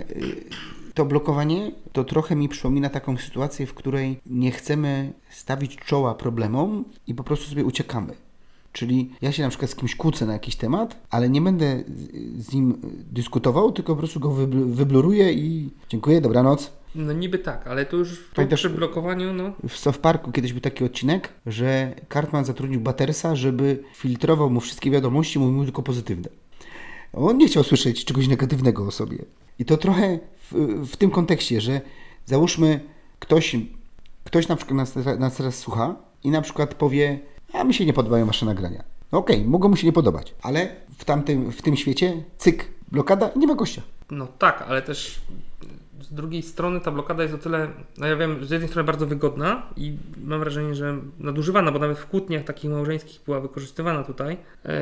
to blokowanie, to trochę mi przypomina taką sytuację, w której nie chcemy stawić czoła problemom i po prostu sobie uciekamy. Czyli ja się na przykład z kimś kłócę na jakiś temat, ale nie będę z nim dyskutował, tylko po prostu go wybl- wybluruję i dziękuję, dobranoc. No niby tak, ale to już to przy blokowaniu, no... W South Parku kiedyś był taki odcinek, że Cartman zatrudnił Buttersa, żeby filtrował mu wszystkie wiadomości, mówił mu tylko pozytywne. On nie chciał słyszeć czegoś negatywnego o sobie. I to trochę w, w tym kontekście, że załóżmy ktoś, ktoś na przykład nas, nas teraz słucha i na przykład powie, a mi się nie podobają wasze nagrania. No okej, okay, mogą mu się nie podobać, ale w tamtym, w tym świecie, cyk, blokada i nie ma gościa. No tak, ale też z drugiej strony ta blokada jest o tyle, no ja wiem, z jednej strony bardzo wygodna i mam wrażenie, że nadużywana, bo nawet w kłótniach takich małżeńskich była wykorzystywana tutaj,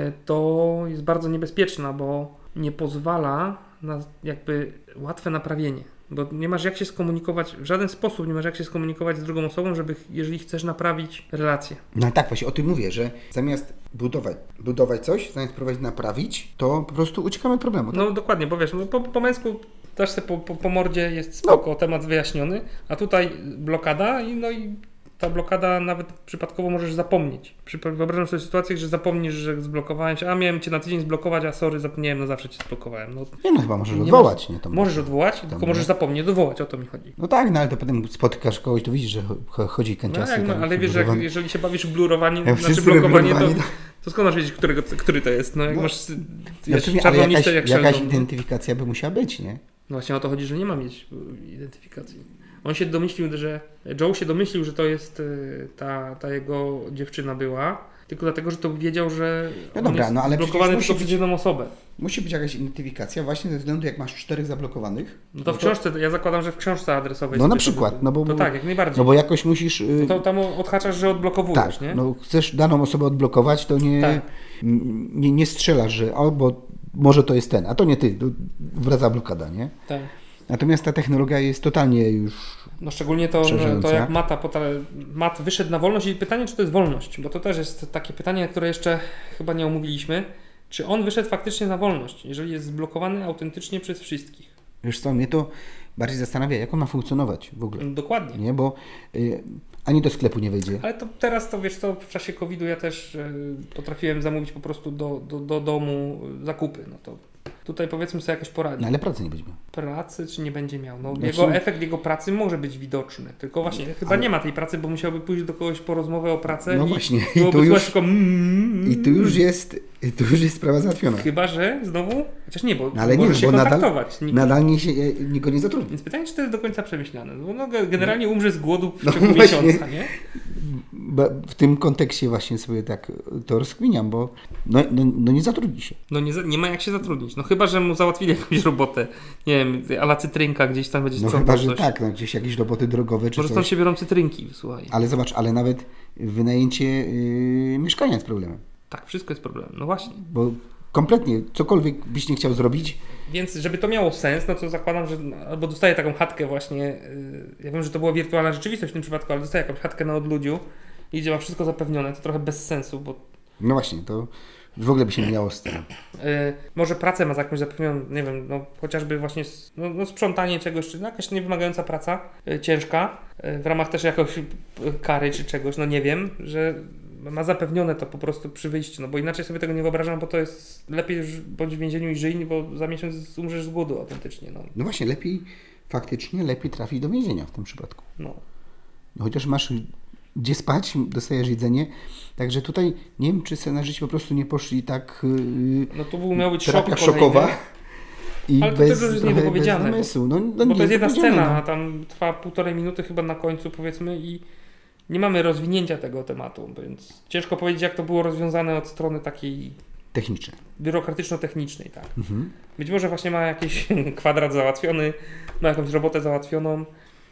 to jest bardzo niebezpieczna, bo nie pozwala na jakby łatwe naprawienie. Bo nie masz jak się skomunikować, w żaden sposób nie masz jak się skomunikować z drugą osobą, żeby, jeżeli chcesz naprawić relację. No tak, właśnie o tym mówię, że zamiast budować, budować coś, zamiast próbować naprawić, to po prostu uciekamy od problemu. Tak? No dokładnie, bo wiesz, no, po, po męsku też sobie po, po, po mordzie jest spoko, no. Temat wyjaśniony, a tutaj blokada i no i ta blokada nawet przypadkowo możesz zapomnieć. Wyobrażam sobie sytuację, że zapomnisz, że zblokowałem cię, a miałem cię na tydzień zblokować, a sorry, zapomniałem, no zawsze cię zblokowałem. No, nie no, chyba możesz nie odwołać. Masz, nie, to możesz odwołać, tylko nie. Możesz zapomnieć odwołać, o to mi chodzi. No tak, no ale to potem spotykasz kogoś, to widzisz, że chodzi kęciasy. No, jak, no ale wiesz, że jak, jeżeli się bawisz w blurowanie, ja znaczy blokowanie, to, to skąd masz wiedzieć, którego, który to jest? No jak no, masz wiesz, no, czarną jakaś, listę jak jakaś Sheldon, identyfikacja by musiała być, nie? No właśnie o to chodzi, że nie ma mieć identyfikacji. On się domyślił, że Joe się domyślił, że to jest ta, ta jego dziewczyna była, tylko dlatego, że to wiedział, że no dobra, jest no ale blokowany tylko przez jedną osobę. Musi być jakaś identyfikacja właśnie ze względu, jak masz czterech zablokowanych. No to w książce, ja zakładam, że w książce adresowej. No na przykład. No bo, to tak, jak najbardziej. No bo jakoś musisz... No to tam odhaczasz, że odblokowujesz, tak, nie? no chcesz daną osobę odblokować, to nie, tak. nie, nie strzelasz, że albo może to jest ten, a to nie ty, wraca blokada, nie? Tak. Natomiast ta technologia jest totalnie już No szczególnie to, to jak Mata, Mat wyszedł na wolność i pytanie, czy to jest wolność, bo to też jest takie pytanie, które jeszcze chyba nie omówiliśmy. Czy on wyszedł faktycznie na wolność, jeżeli jest zblokowany autentycznie przez wszystkich? Wiesz co, mnie to bardziej zastanawia, jak on ma funkcjonować w ogóle. Dokładnie. Nie, bo y, ani do sklepu nie wejdzie. Ale to teraz to wiesz co, w czasie kowida ja też y, potrafiłem zamówić po prostu do, do, do domu zakupy. No to tutaj powiedzmy sobie jakoś poradzi. No ale pracy nie będzie miał. Pracy czy nie będzie miał? No, Znaczy... jego efekt jego pracy może być widoczny. Tylko właśnie ale... chyba nie ma tej pracy, bo musiałby pójść do kogoś po rozmowę o pracę. No i właśnie. I tu, już, tylko... mm, I tu już jest tu już jest sprawa załatwiona. Chyba, że znowu, chociaż nie, bo no, ale może nie, się bo kontaktować. Nadal, nadal nie się, nikt go nie zatrudni. Więc pytanie, czy to jest do końca przemyślane. Bo no, generalnie umrze z głodu w ciągu no miesiąca, nie? W tym kontekście właśnie sobie tak to rozkminiam, bo no, no, no nie zatrudni się. No nie, nie ma jak się zatrudnić. No chyba, że mu załatwili jakąś robotę, nie wiem, a la cytrynka gdzieś tam będzie sprzątał. No chyba, że coś. tak, no, gdzieś jakieś roboty drogowe czy Może coś. stąd się biorą cytrynki, słuchaj. Ale zobacz, ale nawet wynajęcie yy, mieszkania jest problemem. Tak, wszystko jest problemem, no właśnie. Bo kompletnie, cokolwiek byś nie chciał zrobić. Więc żeby to miało sens, no to zakładam, że albo dostaję taką chatkę właśnie, yy, ja wiem, że to była wirtualna rzeczywistość w tym przypadku, ale dostaję jakąś chatkę na odludziu i gdzie ma wszystko zapewnione, to trochę bez sensu, bo... No właśnie, to w ogóle by się nie miało z tym. Yy, może pracę ma za jakąś zapewnioną, nie wiem, no chociażby właśnie no, no sprzątanie czegoś, czy no, jakaś niewymagająca praca, yy, ciężka, yy, w ramach też jakoś yy, kary czy czegoś, no nie wiem, że ma zapewnione to po prostu przy wyjściu, no bo inaczej sobie tego nie wyobrażam, bo to jest lepiej już bądź w więzieniu i żyj, bo za miesiąc umrzesz z głodu autentycznie. No, no właśnie, lepiej, faktycznie lepiej trafić do więzienia w tym przypadku. No. No, chociaż masz gdzie spać, dostajesz jedzenie, także tutaj nie wiem, czy scenarzyści po prostu nie poszli tak yy, no to był miał być terapia szok szokowa i ale to bez, też jest niedopowiedziane, bez zamysłu. No, bo no, to jest jedna scena, no. a tam trwa półtorej minuty chyba na końcu powiedzmy i nie mamy rozwinięcia tego tematu, więc ciężko powiedzieć, jak to było rozwiązane od strony takiej technicznej, biurokratyczno-technicznej, tak. Mhm. Być może właśnie ma jakiś kwadrat załatwiony, ma jakąś robotę załatwioną,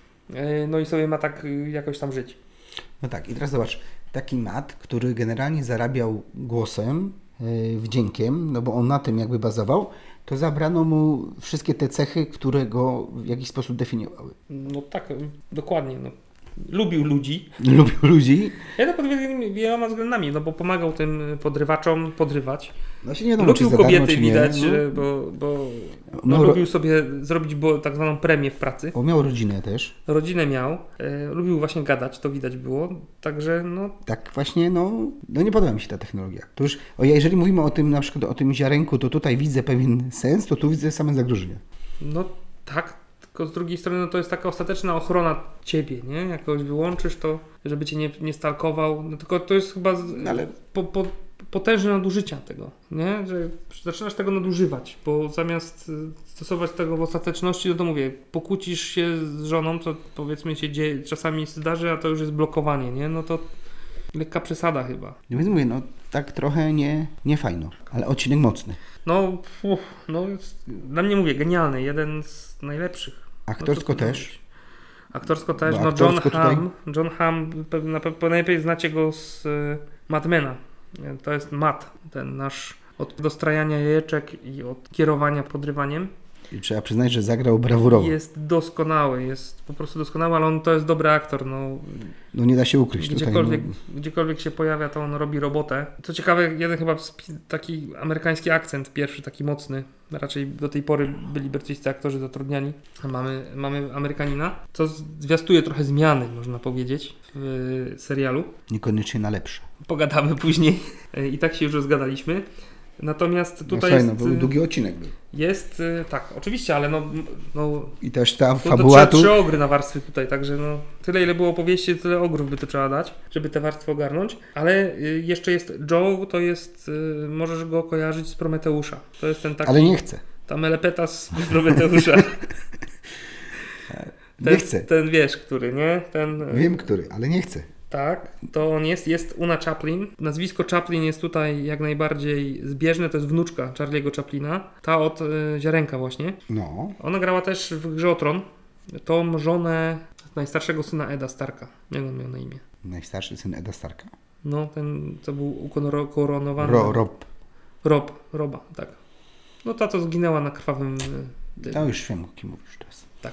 no i sobie ma tak jakoś tam żyć. No tak, i teraz zobacz, taki Mat, który generalnie zarabiał głosem, yy, wdziękiem, no bo on na tym jakby bazował, to zabrano mu wszystkie te cechy, które go w jakiś sposób definiowały. No tak, dokładnie, no. Lubił ludzi. Lubił ludzi. Ja to pod wieloma względami, no bo pomagał tym podrywaczom podrywać. No się nie wiem, lubił czy kobiety, darmo, czy widać, nie, no. bo, bo no, no, lubił sobie zrobić bo, tak zwaną premię w pracy. On miał rodzinę też. Rodzinę miał. E, lubił właśnie gadać, to widać było. Także no... Tak właśnie, no, no nie podoba mi się ta technologia. To już, o, jeżeli mówimy o tym na przykład o tym ziarenku, to tutaj widzę pewien sens, to tu widzę same zagrożenia. No tak. Tylko z drugiej strony no to jest taka ostateczna ochrona ciebie, nie? Jak kogoś wyłączysz, to żeby cię nie, nie stalkował. No tylko to jest chyba z, ale... po, po, potężne nadużycia tego, nie? Że zaczynasz tego nadużywać, bo zamiast stosować tego w ostateczności, no to mówię, pokłócisz się z żoną, to powiedzmy się dzieje, czasami zdarzy, a to już jest blokowanie, nie? No to lekka przesada chyba. No więc mówię, no tak trochę nie, nie fajno, ale odcinek mocny. No, uf, no dla mnie mówię, genialny, jeden z najlepszych. Aktorsko no, też. Aktorsko też, Bo no aktorsko John Hamm, tutaj... John Hamm, na pewno najlepiej znacie go z y, Mad Mena. To jest Matt, ten nasz od dostrajania jajeczek i od kierowania podrywaniem. I trzeba przyznać, że zagrał brawurowo. Jest doskonały, jest po prostu doskonały, ale on to jest dobry aktor. No, no nie da się ukryć. Gdziekolwiek, tutaj, no. gdziekolwiek się pojawia, to on robi robotę. Co ciekawe, jeden chyba taki amerykański akcent, pierwszy taki mocny. Raczej do tej pory byli brytyjscy aktorzy zatrudniani. Mamy, mamy Amerykanina, co zwiastuje trochę zmiany, można powiedzieć, w serialu. Niekoniecznie na lepsze. Pogadamy później i tak się już rozgadaliśmy. Natomiast tutaj no, jest... No, był długi odcinek był. Jest, tak, oczywiście, ale no... no i też ta to, fabuła to tu... trzy ogry na warstwy tutaj, także no... Tyle, ile było opowieści, tyle ogrów by to trzeba dać, żeby te warstwy ogarnąć. Ale y, jeszcze jest Joe, to jest... Y, możesz go kojarzyć z Prometeusza. To jest ten taki... Ale nie chcę. Ta melepeta z Prometeusza. ten, nie chcę. Ten wiesz, który, nie? Ten, Wiem, który, ale nie chcę. Tak, to on jest, jest Una Chaplin. Nazwisko Chaplin jest tutaj jak najbardziej zbieżne, to jest wnuczka Charlie'ego Chaplina, ta od y, Ziarenka właśnie. No. Ona grała też w Grze o Tron, tą żonę najstarszego syna Eda Starka. Jak on miał na imię? Najstarszy syn Eda Starka? No, ten, co był ukoronowany. Ro, Rob. Rob, Roba, tak. No ta, co zginęła na krwawym... Y, no już wiem, o kim mówisz teraz. Tak.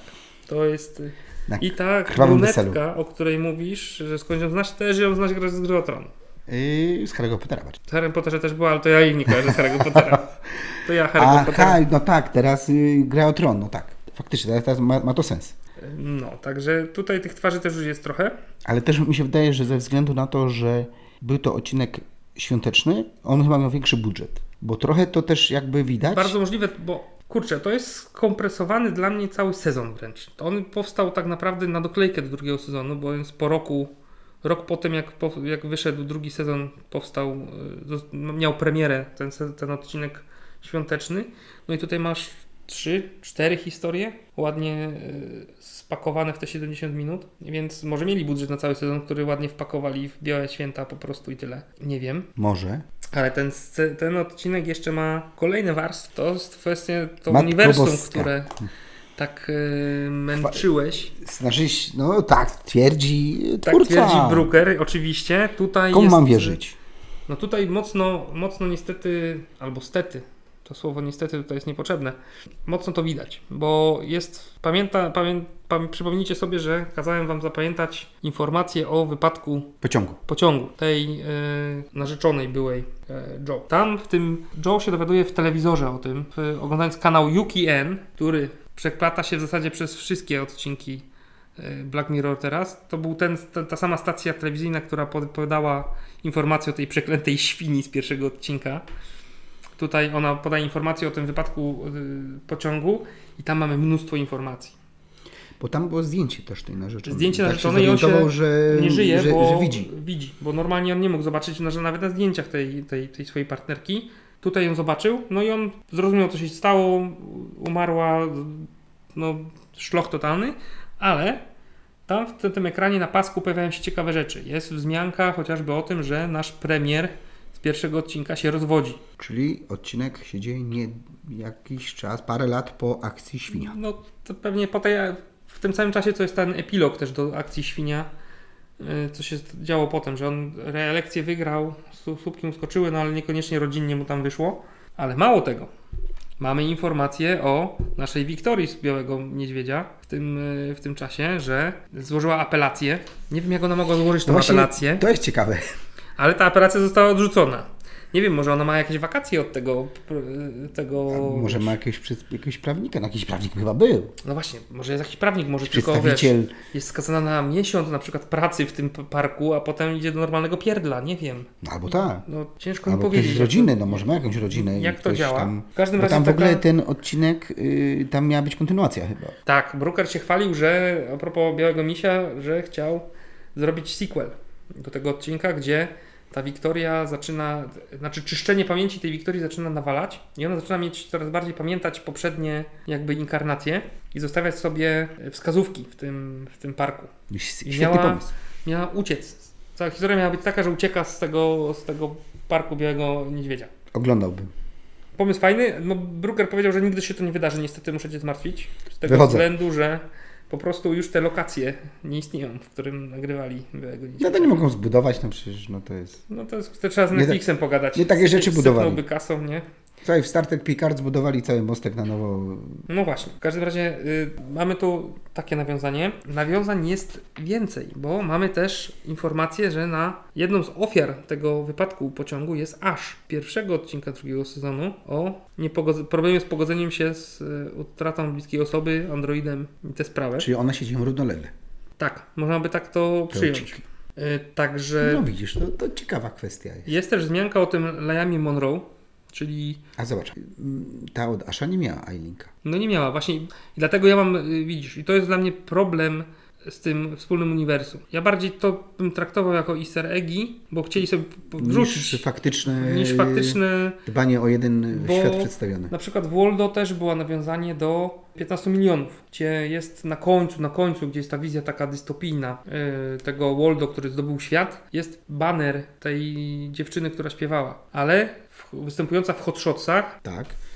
To jest... Na I ta krwawym weselu. brunetka, o której mówisz, że skąd ją znasz, też ją znasz z Gry o Tron. Yy, z Harry'ego Pottera bardziej. W Harry Potterze też była, ale to ja jej nie kojarzę z Harry'ego Pottera. To ja Harry'ego Aha, Pottera. no tak, teraz y, Gra o Tron, no tak. Faktycznie, teraz, teraz ma, ma to sens. No, także tutaj tych twarzy też już jest trochę. Ale też mi się wydaje, że ze względu na to, że był to odcinek świąteczny, on chyba miał większy budżet. Bo trochę to też jakby widać. Bardzo możliwe, bo kurczę, to jest skompresowany dla mnie cały sezon wręcz. To on powstał tak naprawdę na doklejkę do drugiego sezonu, bo jest po roku, rok po tym jak, po, jak wyszedł drugi sezon, powstał, y, miał premierę ten, ten odcinek świąteczny. No i tutaj masz trzy, cztery historie ładnie y, spakowane w te siedemdziesiąt minut, więc może mieli budżet na cały sezon, który ładnie wpakowali w białe święta po prostu i tyle. Nie wiem. Może. Ale ten, ten odcinek jeszcze ma kolejne warstwy. To jest kwestia, to Matko uniwersum, Boska. które tak y, męczyłeś. Znaczy, no tak, twierdzi Tak twórca. twierdzi Brooker, oczywiście. Tutaj Komu jest, mam wierzyć? No tutaj mocno, mocno niestety, albo stety, to słowo niestety tutaj jest niepotrzebne, mocno to widać, bo jest, pamięta, pamię, pamię, przypomnijcie sobie, że kazałem wam zapamiętać informację o wypadku Pociągu. pociągu tej e, narzeczonej byłej e, Joe. Tam w tym Joe się dowiaduje w telewizorze o tym, w, oglądając kanał Yuki N, który przeplata się w zasadzie przez wszystkie odcinki e, Black Mirror teraz. To był ten, ta, ta sama stacja telewizyjna, która podała informację o tej przeklętej świni z pierwszego odcinka. Tutaj ona podaje informację o tym wypadku y, pociągu i tam mamy mnóstwo informacji. Bo tam było zdjęcie też tej narzeczonej. Zdjęcie tak narzeczonej i on się że, nie żyje, że, bo że widzi. widzi. Bo normalnie on nie mógł zobaczyć, że nawet na zdjęciach tej, tej, tej swojej partnerki. Tutaj ją zobaczył, no i on zrozumiał, co się stało, umarła, no szloch totalny, ale tam w tym, tym ekranie na pasku pojawiają się ciekawe rzeczy. Jest wzmianka chociażby o tym, że nasz premier z pierwszego odcinka się rozwodzi. Czyli odcinek się dzieje nie jakiś czas, parę lat po akcji Świnia. No to pewnie po tej, w tym samym czasie, co jest ten epilog też do akcji Świnia, co się działo potem, że on reelekcję wygrał, słupki mu skoczyły, no ale niekoniecznie rodzinnie mu tam wyszło. Ale mało tego, mamy informację o naszej Wiktorii z Białego Niedźwiedzia w tym, w tym czasie, że złożyła apelację. Nie wiem, jak ona mogła złożyć tą No właśnie, apelację. To jest ciekawe. Ale ta operacja została odrzucona. Nie wiem, może ona ma jakieś wakacje od tego... tego... A może ma jakiegoś, jakiegoś prawnika? No jakiś prawnik chyba był. No właśnie, może jest jakiś prawnik, może tylko, Przedstawiciel. wiesz, jest skazana na miesiąc na przykład pracy w tym parku, a potem idzie do normalnego pierdla, nie wiem. No albo tak. No ciężko mi Albo powiedzieć. jakieś rodziny, no może ma jakąś rodzinę. Jak i to ktoś działa? Tam, W każdym bo razie tam w taka... ogóle ten odcinek, y, tam miała być kontynuacja chyba. Tak, Brooker się chwalił, że a propos Białego Misia, że chciał zrobić sequel do tego odcinka, gdzie ta Wiktoria zaczyna, znaczy czyszczenie pamięci tej Wiktorii zaczyna nawalać i ona zaczyna mieć coraz bardziej pamiętać poprzednie jakby inkarnacje i zostawiać sobie wskazówki w tym, w tym parku. Świetny miała, pomysł. Miała uciec. Cała historia miała być taka, że ucieka z tego, z tego parku Białego Niedźwiedzia. Oglądałbym. Pomysł fajny. No, Brooker powiedział, że nigdy się to nie wydarzy. Niestety muszę Cię zmartwić. Z tego Wychodzę. względu, że po prostu już te lokacje nie istnieją, w którym nagrywali Białego Niedźwiedzia. No to nie mogą zbudować, no przecież no to jest... No to, jest, to trzeba z Nie Netflixem pogadać. nie takie rzeczy budowali. Sypnąłby kasą, nie? Słuchaj, w Star Trek Picard zbudowali cały mostek na nowo. No właśnie. W każdym razie y, mamy tu takie nawiązanie. Nawiązań jest więcej, bo mamy też informację, że na jedną z ofiar tego wypadku pociągu jest Ash, pierwszego odcinka drugiego sezonu, o niepogod- problemie z pogodzeniem się z y, utratą bliskiej osoby, androidem i te sprawy. Czyli one się dzieją równolegle. Tak, można by tak to Te przyjąć. odcinki. Y, także No widzisz, to, to ciekawa kwestia jest. jest też wzmianka o tym Liamie Monroe, czyli A zobacz, ta od Asha nie miała Eilinka. no nie miała, właśnie i dlatego ja mam, y, widzisz, i to jest dla mnie problem z tym wspólnym uniwersum. Ja bardziej to bym traktował jako easter eggi, bo chcieli sobie p- wrzucić Niż faktyczne, niż faktyczne, dbanie o jeden bo świat przedstawiony. na przykład w Waldo też było nawiązanie do piętnastu milionów, gdzie jest na końcu, na końcu, gdzie jest ta wizja taka dystopijna y, tego Waldo, który zdobył świat, jest baner tej dziewczyny, która śpiewała, ale w, występująca w Hot Shotsach, Tak.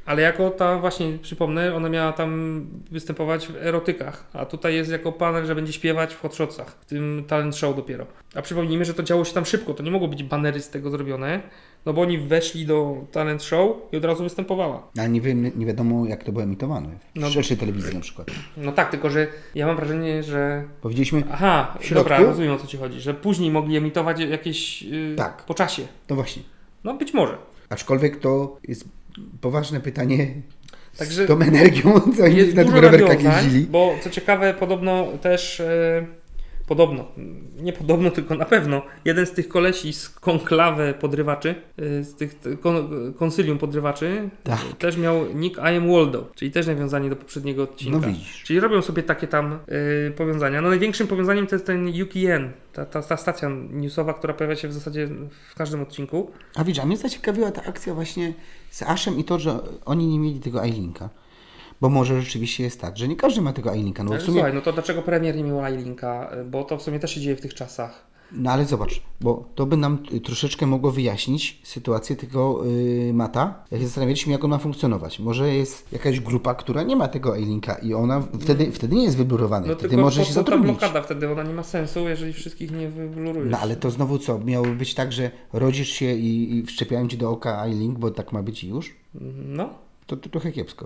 Ale jako ta właśnie, przypomnę, ona miała tam występować w erotykach, a tutaj jest jako panel, że będzie śpiewać w Hot Shotsach, w tym talent show dopiero. A przypomnijmy, że to działo się tam szybko, to nie mogło być banery z tego zrobione, no bo oni weszli do talent show i od razu występowała. Ale nie, wi- nie wiadomo, jak to było emitowane. W No. szerszej telewizji na przykład. No tak, tylko że ja mam wrażenie, że... Powiedzieliśmy, Aha, w środku? dobra, rozumiem, o co ci chodzi, że później mogli emitować jakieś yy, Tak. po czasie. no właśnie. No być może. Aczkolwiek to jest poważne pytanie Także z tą energią, co oni Jest na tych dużo rowerkach nawiązań, jeździli. bo co ciekawe, podobno też, e, podobno, nie podobno, tylko na pewno, jeden z tych kolesi z konklawę podrywaczy, e, z tych t- kon, konsylium podrywaczy, Tak. e, też miał nick I am Waldo, czyli też nawiązanie do poprzedniego odcinka. No widzisz. Czyli robią sobie takie tam e, powiązania. No największym powiązaniem to jest ten U K N, ta, ta, ta stacja newsowa, która pojawia się w zasadzie w każdym odcinku. A widzisz, a mnie zaciekawiła ta akcja właśnie z Ashem i to, że oni nie mieli tego iLinka. Bo może rzeczywiście jest tak, że nie każdy ma tego iLinka. No, Ale w sumie, Słuchaj, no to dlaczego premier nie miał iLinka? Bo to w sumie też się dzieje w tych czasach. no ale zobacz, bo to by nam y, troszeczkę mogło wyjaśnić sytuację tego y, Mata, jak się zastanawialiśmy, jak on ma funkcjonować. Może jest jakaś grupa, która nie ma tego iLinka i ona wtedy, wtedy nie jest wyblurowany. No wtedy tylko może po się co ta zatrudnić. blokada wtedy? Ona nie ma sensu, jeżeli wszystkich nie wyblurujesz. No ale to znowu co? Miałoby być tak, że rodzisz się i, i wszczepiają ci do oka iLink, bo tak ma być i już? No, To, to trochę kiepsko.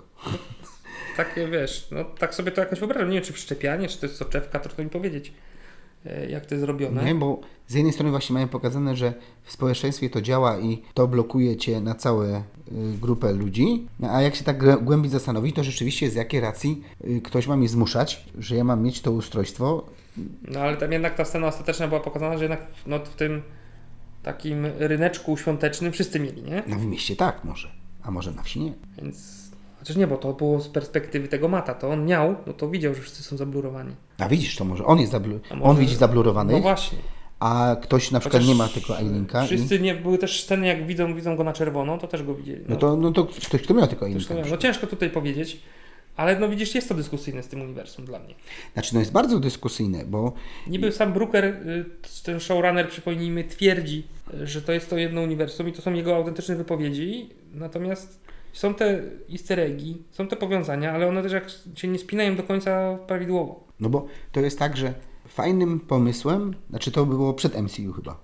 takie wiesz, no tak sobie to jakoś wyobrażam. Nie wiem, czy wszczepianie, czy to jest soczewka, trudno mi powiedzieć, e, jak to jest zrobione. Nie, bo z jednej strony właśnie mają pokazane, że w społeczeństwie to działa i to blokuje cię na całą y, grupę ludzi, no, a jak się tak głę- głębiej zastanowić, to rzeczywiście z jakiej racji y, ktoś ma mnie zmuszać, że ja mam mieć to ustrojstwo. No ale tam jednak ta scena ostateczna była pokazana, że jednak no, w tym takim ryneczku świątecznym wszyscy mieli, nie? No w mieście tak może, a może na wsi nie. Więc, chociaż nie, bo to było z perspektywy tego Mata, to on miał, no to widział, że wszyscy są zablurowani. A widzisz, to może on jest zablu- A może- on widzi zablurowanych, No właśnie. a ktoś na przykład Chociaż nie ma tego iLinka. I, Wszyscy nie, były też sceny, jak widzą, widzą go na czerwono, to też go widzieli. no to, no to ktoś, kto miał tego Też iLinka. to miałem. No ciężko tutaj powiedzieć, ale no widzisz, jest to dyskusyjne z tym uniwersum dla mnie. Znaczy no jest bardzo dyskusyjne, bo Niby sam Brooker, y, ten showrunner, przypomnijmy, twierdzi, y, że to jest to jedno uniwersum i to są jego autentyczne wypowiedzi, natomiast są te easter eggi, są te powiązania, ale one też jak się nie spinają do końca prawidłowo. No bo to jest tak, że fajnym pomysłem, znaczy to było przed M C U chyba.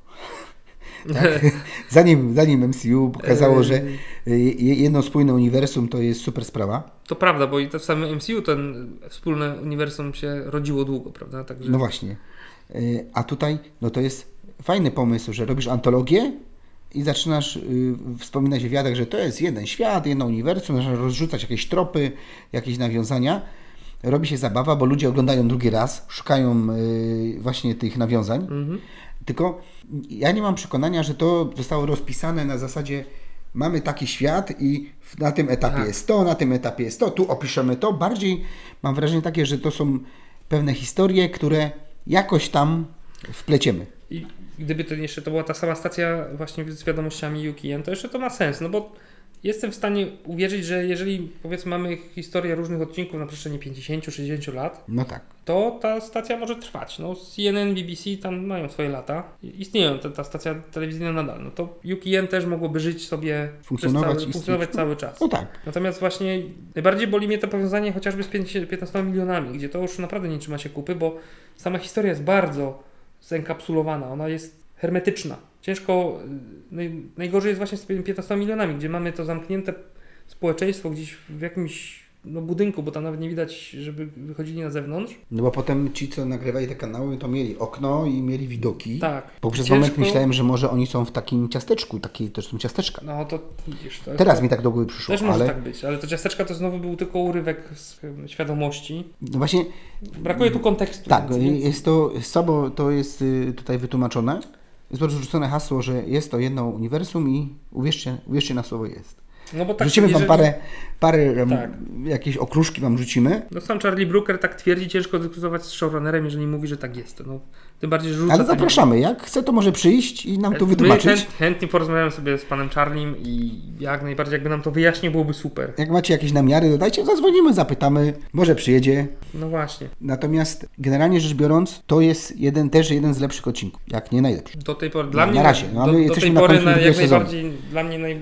Tak? Zanim, zanim M C U pokazało, że y, jedno spójne uniwersum to jest super sprawa. To prawda, bo i to w samym M C U ten wspólne uniwersum się rodziło długo, prawda? Także... No właśnie. Y, A tutaj no to jest fajny pomysł, że robisz antologię i zaczynasz y, wspominać w wywiadach, że to jest jeden świat, jedno uniwersum, zaczynasz rozrzucać jakieś tropy, jakieś nawiązania. Robi się zabawa, bo ludzie oglądają drugi raz, szukają y, właśnie tych nawiązań. Mhm. Tylko ja nie mam przekonania, że to zostało rozpisane na zasadzie mamy taki świat i w- na tym etapie Tak. jest to, na tym etapie jest to, tu opiszemy to. Bardziej mam wrażenie takie, że to są pewne historie, które jakoś tam wpleciemy. I gdyby to jeszcze to była ta sama stacja właśnie z wiadomościami U K N, to jeszcze to ma sens, no bo jestem w stanie uwierzyć, że jeżeli powiedzmy mamy historię różnych odcinków na przestrzeni pięćdziesiąt sześćdziesiąt lat, No tak. to ta stacja może trwać. No C N N, B B C tam mają swoje lata, istnieją, ta, ta stacja telewizyjna nadal. No to U K N też mogłoby żyć sobie, Funkcjonować przez cały, i funkcjonować istnieć. cały czas. No tak. Natomiast właśnie najbardziej boli mnie to powiązanie chociażby z piętnastoma milionami, gdzie to już naprawdę nie trzyma się kupy, bo sama historia jest bardzo zenkapsulowana, ona jest hermetyczna. Ciężko, naj, najgorzej jest właśnie z piętnastoma milionami, gdzie mamy to zamknięte społeczeństwo gdzieś w jakimś no, budynku, bo tam nawet nie widać, żeby wychodzili na zewnątrz. No bo potem ci, co nagrywali te kanały, to mieli okno i mieli widoki. Tak. Bo przez Ciężko- moment myślałem, że może oni są w takim ciasteczku, takie też są ciasteczka. No to widzisz, to jest Teraz to, mi tak do głowy przyszło, też może ale tak być, ale to ciasteczka to znowu był tylko urywek z em, świadomości. no właśnie Brakuje tu kontekstu. tak, więc, więc... jest to, słabo to jest y, tutaj wytłumaczone. Jest po prostu rzucone hasło, że jest to jedno uniwersum i uwierzcie, uwierzcie na słowo jest. No bo tak, Rzucimy wam jeżeli- parę, parę em, Tak. jakieś okruszki wam rzucimy, No sam Charlie Brooker tak twierdzi, ciężko dyskutować z showrunnerem, jeżeli mówi, że tak jest. No, tym bardziej, że rzuca ale za zapraszamy. Jak chce, to może przyjść i nam to My wytłumaczyć. chęt, chętnie porozmawiam sobie z panem Charlim i jak najbardziej jakby nam to wyjaśnił, byłoby super. Jak macie jakieś namiary, dodajcie, zadzwonimy, zapytamy, może przyjedzie. No właśnie. Natomiast generalnie rzecz biorąc, to jest jeden też jeden z lepszych odcinków, jak nie najlepszy. Do tej pory, dla Na mnie, razie, no, do, my do jesteśmy tej na pory końcu na, drugiego jak sezonu. najbardziej, dla mnie naj,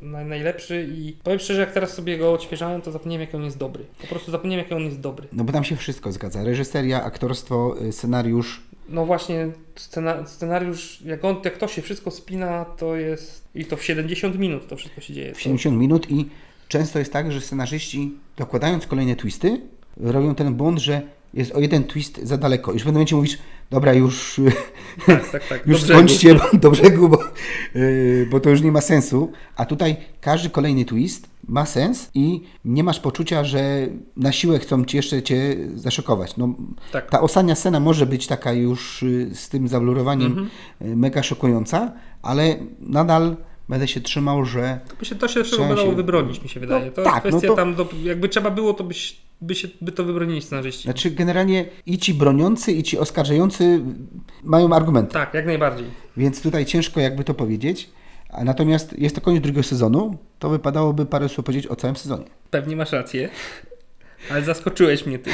naj, najlepszy i powiem szczerze, jak teraz sobie go odświeżałem, to zapomniałem, jak on jest dobry. Po prostu zapomniałem, jak on jest dobry. No bo tam się wszystko zgadza. Reżyseria, aktorstwo, scenariusz. No właśnie, scena, scenariusz, jak, on, jak to się wszystko spina, to jest... I to w siedemdziesiąt minut to wszystko się dzieje. W siedemdziesiąt minut i często jest tak, że scenarzyści, dokładając kolejne twisty, robią ten błąd, że jest o jeden twist za daleko. Już w pewnym momencie mówisz, dobra, już, tak, tak, tak. już skończcie do brzegu, bo, yy, bo to już nie ma sensu. A tutaj każdy kolejny twist ma sens i nie masz poczucia, że na siłę chcą ci jeszcze cię zaszokować. No, tak. Ta ostatnia scena może być taka już yy, z tym zablurowaniem mhm. yy, mega szokująca, ale nadal będę się trzymał, że... To by się, to się trzeba dało się... wybronić, mi się wydaje. No, to tak, kwestia no to... tam, do, jakby trzeba było, to byś, by, się, by to wybronili scenarzyści. Znaczy generalnie i ci broniący, i ci oskarżający mają argumenty. Tak, jak najbardziej. Więc tutaj ciężko jakby to powiedzieć. A natomiast jest to koniec drugiego sezonu, to wypadałoby parę słów powiedzieć o całym sezonie. Pewnie masz rację, ale zaskoczyłeś mnie ty.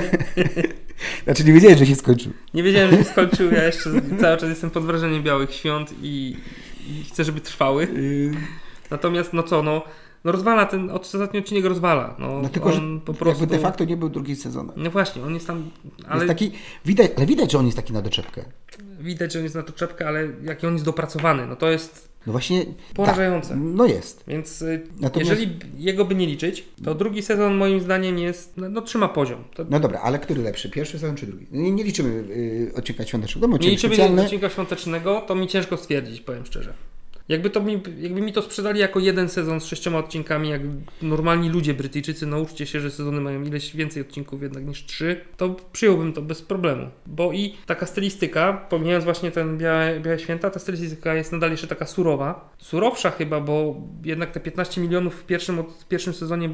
Znaczy nie wiedziałem, że się skończył. Nie wiedziałem, że się skończył, ja jeszcze cały czas jestem pod wrażeniem Białych Świąt i, i chcę, żeby trwały. Natomiast no co, no, no rozwala ten, ostatni odcinek rozwala. No, no tylko, on że po prostu... jakby de facto nie był drugi sezon. No właśnie, on jest tam... Ale... Jest taki, widać, ale widać, że on jest taki na doczepkę. Widać, że on jest na doczepkę, ale jaki on jest dopracowany, no to jest... No właśnie... Porażające. Tak, no jest. Więc Natomiast... jeżeli jego by nie liczyć, to drugi sezon moim zdaniem jest, no, no trzyma poziom. To... No dobra, ale który lepszy? Pierwszy sezon czy drugi? Nie, nie liczymy yy, odcinka świątecznego. Nie liczymy specjalne... odcinka świątecznego, to mi ciężko stwierdzić, powiem szczerze. Jakby, to mi, jakby mi to sprzedali jako jeden sezon z sześcioma odcinkami, jak normalni ludzie Brytyjczycy, nauczcie się, że sezony mają ileś więcej odcinków jednak niż trzy, to przyjąłbym to bez problemu. Bo i taka stylistyka, pomijając właśnie ten Białe, Białe Święta, ta stylistyka jest nadal jeszcze taka surowa. Surowsza chyba, bo jednak te piętnaście milionów w pierwszym, w pierwszym sezonie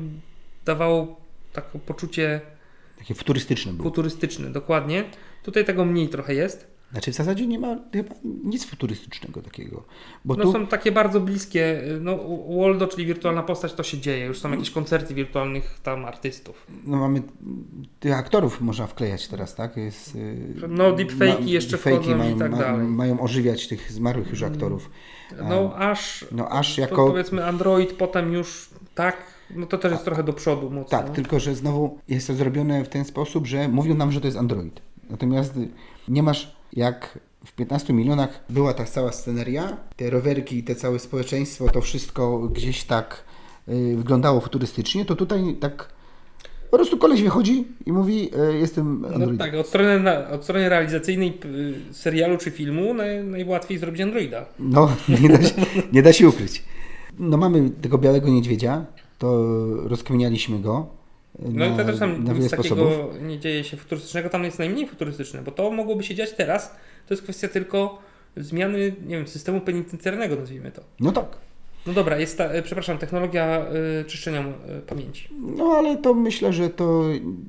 dawało takie poczucie... Takie futurystyczne było. Futurystyczne, dokładnie. Tutaj tego mniej trochę jest. Znaczy w zasadzie nie ma chyba nic futurystycznego takiego. Bo no tu... są takie bardzo bliskie, no Waldo, czyli wirtualna postać, to się dzieje. Już są jakieś koncerty wirtualnych tam artystów. No mamy tych aktorów można wklejać teraz, tak? Jest, no deepfake'i jeszcze wchodzą mają, i tak ma, dalej. Mają ożywiać tych zmarłych już aktorów. No aż, no, aż jako... powiedzmy Android potem już tak, no to też jest A, trochę do przodu mocno. Tak, tylko że znowu jest to zrobione w ten sposób, że mówią nam, że to jest Android. Natomiast nie masz jak w piętnastu milionach była ta cała sceneria, te rowerki, te całe społeczeństwo, to wszystko gdzieś tak y, wyglądało futurystycznie, to tutaj tak po prostu koleś wychodzi i mówi y, jestem Androidem. No tak, od strony, na, od strony realizacyjnej y, serialu czy filmu naj, najłatwiej zrobić Androida. No, nie da, się, nie da się ukryć. No mamy tego białego niedźwiedzia, to rozkminialiśmy go. No i to też tam na nic sposobów. takiego nie dzieje się futurystycznego, tam jest najmniej futurystyczne, bo to mogłoby się dziać teraz, to jest kwestia tylko zmiany, nie wiem, systemu penitencjarnego, nazwijmy to. No tak. No dobra, jest ta, e, przepraszam, technologia y, czyszczenia y, pamięci. No ale to myślę, że to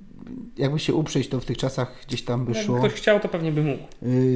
jakby się uprzeć, to w tych czasach gdzieś tam by szło. Jakby ktoś chciał, to pewnie by mógł.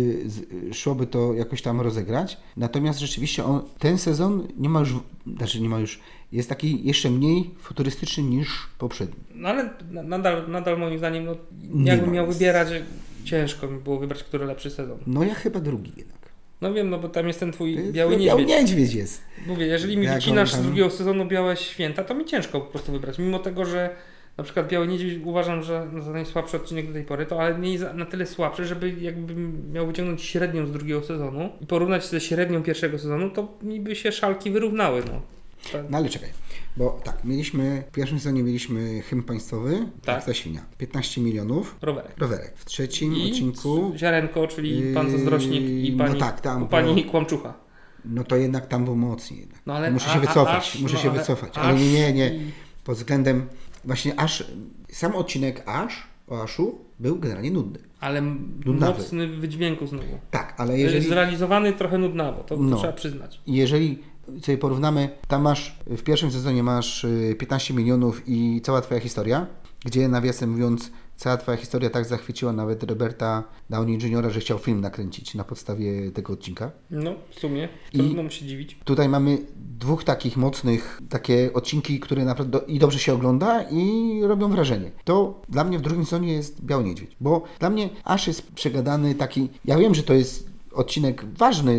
Y, szłoby to jakoś tam rozegrać. Natomiast rzeczywiście on, ten sezon nie ma już, znaczy nie ma już, jest taki jeszcze mniej futurystyczny niż poprzedni. No ale nadal, nadal moim zdaniem, no, jakbym miał wybierać, ciężko mi było wybrać, który lepszy sezon. No ja chyba drugi jednak. No wiem, no bo tam jest ten twój jest, biały niedźwiedź. Biały niedźwiedź jest. Mówię, jeżeli mi Jak wycinasz tam... z drugiego sezonu Białe Święta, to mi ciężko po prostu wybrać. Mimo tego, że na przykład Biały Niedźwiedź uważam, że za najsłabszy odcinek do tej pory, to ale nie na tyle słabszy, żeby jakbym miał wyciągnąć średnią z drugiego sezonu i porównać ze średnią pierwszego sezonu, to mi by się szalki wyrównały. No, tak. No ale czekaj, bo tak, mieliśmy, w pierwszym sezonie mieliśmy hymn państwowy, tak, ta świnia, piętnaście milionów. Rowerek. Rowerek. W trzecim I odcinku... Ziarenko, czyli pan Zazdrośnik i pani, no tak, tam pani było... Kłamczucha. No to jednak tam był mocniej. Jednak. No ale muszę a, się wycofać, aż, muszę no się ale wycofać, aż ale nie, nie, nie. I... Pod względem właśnie aż, sam odcinek aż, o Aszu był generalnie nudny. Ale Nudnawy. Mocny w wydźwięku znowu. Tak, ale jeżeli... Zrealizowany trochę nudnawo, to, to no. trzeba przyznać. Jeżeli sobie porównamy, tam masz, w pierwszym sezonie masz piętnaście milionów i cała twoja historia, gdzie nawiasem mówiąc, cała twoja historia tak zachwyciła nawet Roberta Downey juniora, że chciał film nakręcić na podstawie tego odcinka. No, w sumie. Trudno mu się dziwić. Tutaj mamy dwóch takich mocnych, takie odcinki, które naprawdę i dobrze się ogląda i robią wrażenie. To dla mnie w drugim sezonie jest Biały Niedźwiedź, bo dla mnie aż jest przegadany taki, ja wiem, że to jest odcinek ważny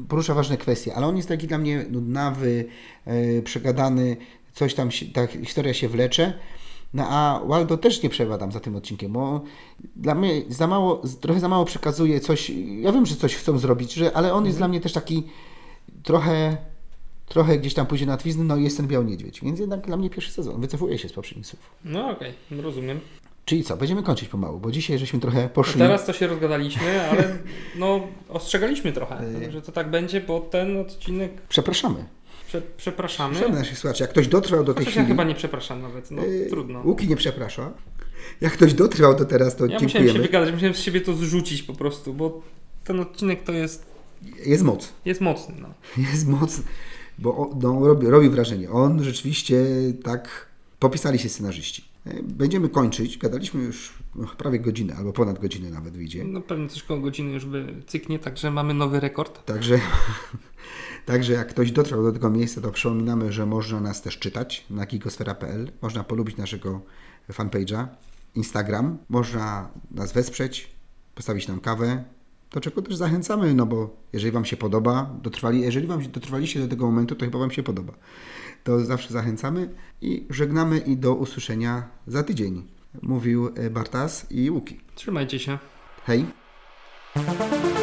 porusza ważne kwestie, ale on jest taki dla mnie nudnawy, yy, przegadany, coś tam, się, ta historia się wlecze. No a Waldo też nie przebadam za tym odcinkiem, bo dla mnie za mało, trochę za mało przekazuje coś, ja wiem, że coś chcą zrobić, że, ale on jest mhm. dla mnie też taki trochę, trochę gdzieś tam pójdzie na twizny, no i jest ten Biały Niedźwiedź, więc jednak dla mnie pierwszy sezon, wycofuję się z poprzednich słów. No okej, okay, rozumiem. Czyli co, będziemy kończyć pomału, bo dzisiaj żeśmy trochę poszli. No teraz to się rozgadaliśmy, ale no ostrzegaliśmy trochę, że to tak będzie, bo ten odcinek... Przepraszamy. Prze, przepraszamy. Przepraszamy naszych słuchaczy. Jak ktoś dotrwał do tej Chociaż chwili... ja chyba nie przepraszam nawet, no yy, trudno. Łuki nie przeprasza. Jak ktoś dotrwał do teraz, to ja dziękujemy. Ja musiałem się wygadać, musiałem z siebie to zrzucić po prostu, bo ten odcinek to jest... Jest moc. Jest mocny, no. Jest mocny, bo no, robi, robi wrażenie. On rzeczywiście tak... Popisali się scenarzyści. Będziemy kończyć. Gadaliśmy już no, prawie godzinę, albo ponad godzinę nawet wyjdzie. No pewnie coś koło godziny już by cyknie, także mamy nowy rekord. Także, także jak ktoś dotrwał do tego miejsca, to przypominamy, że można nas też czytać na gigosfera kropka p l. Można polubić naszego fanpage'a, Instagram. Można nas wesprzeć, postawić nam kawę, do czego też zachęcamy, no bo jeżeli Wam się podoba, dotrwali, jeżeli Wam dotrwaliście do tego momentu, to chyba Wam się podoba. To zawsze zachęcamy i żegnamy i do usłyszenia za tydzień. Mówił Bartas i Łuki. Trzymajcie się. Hej.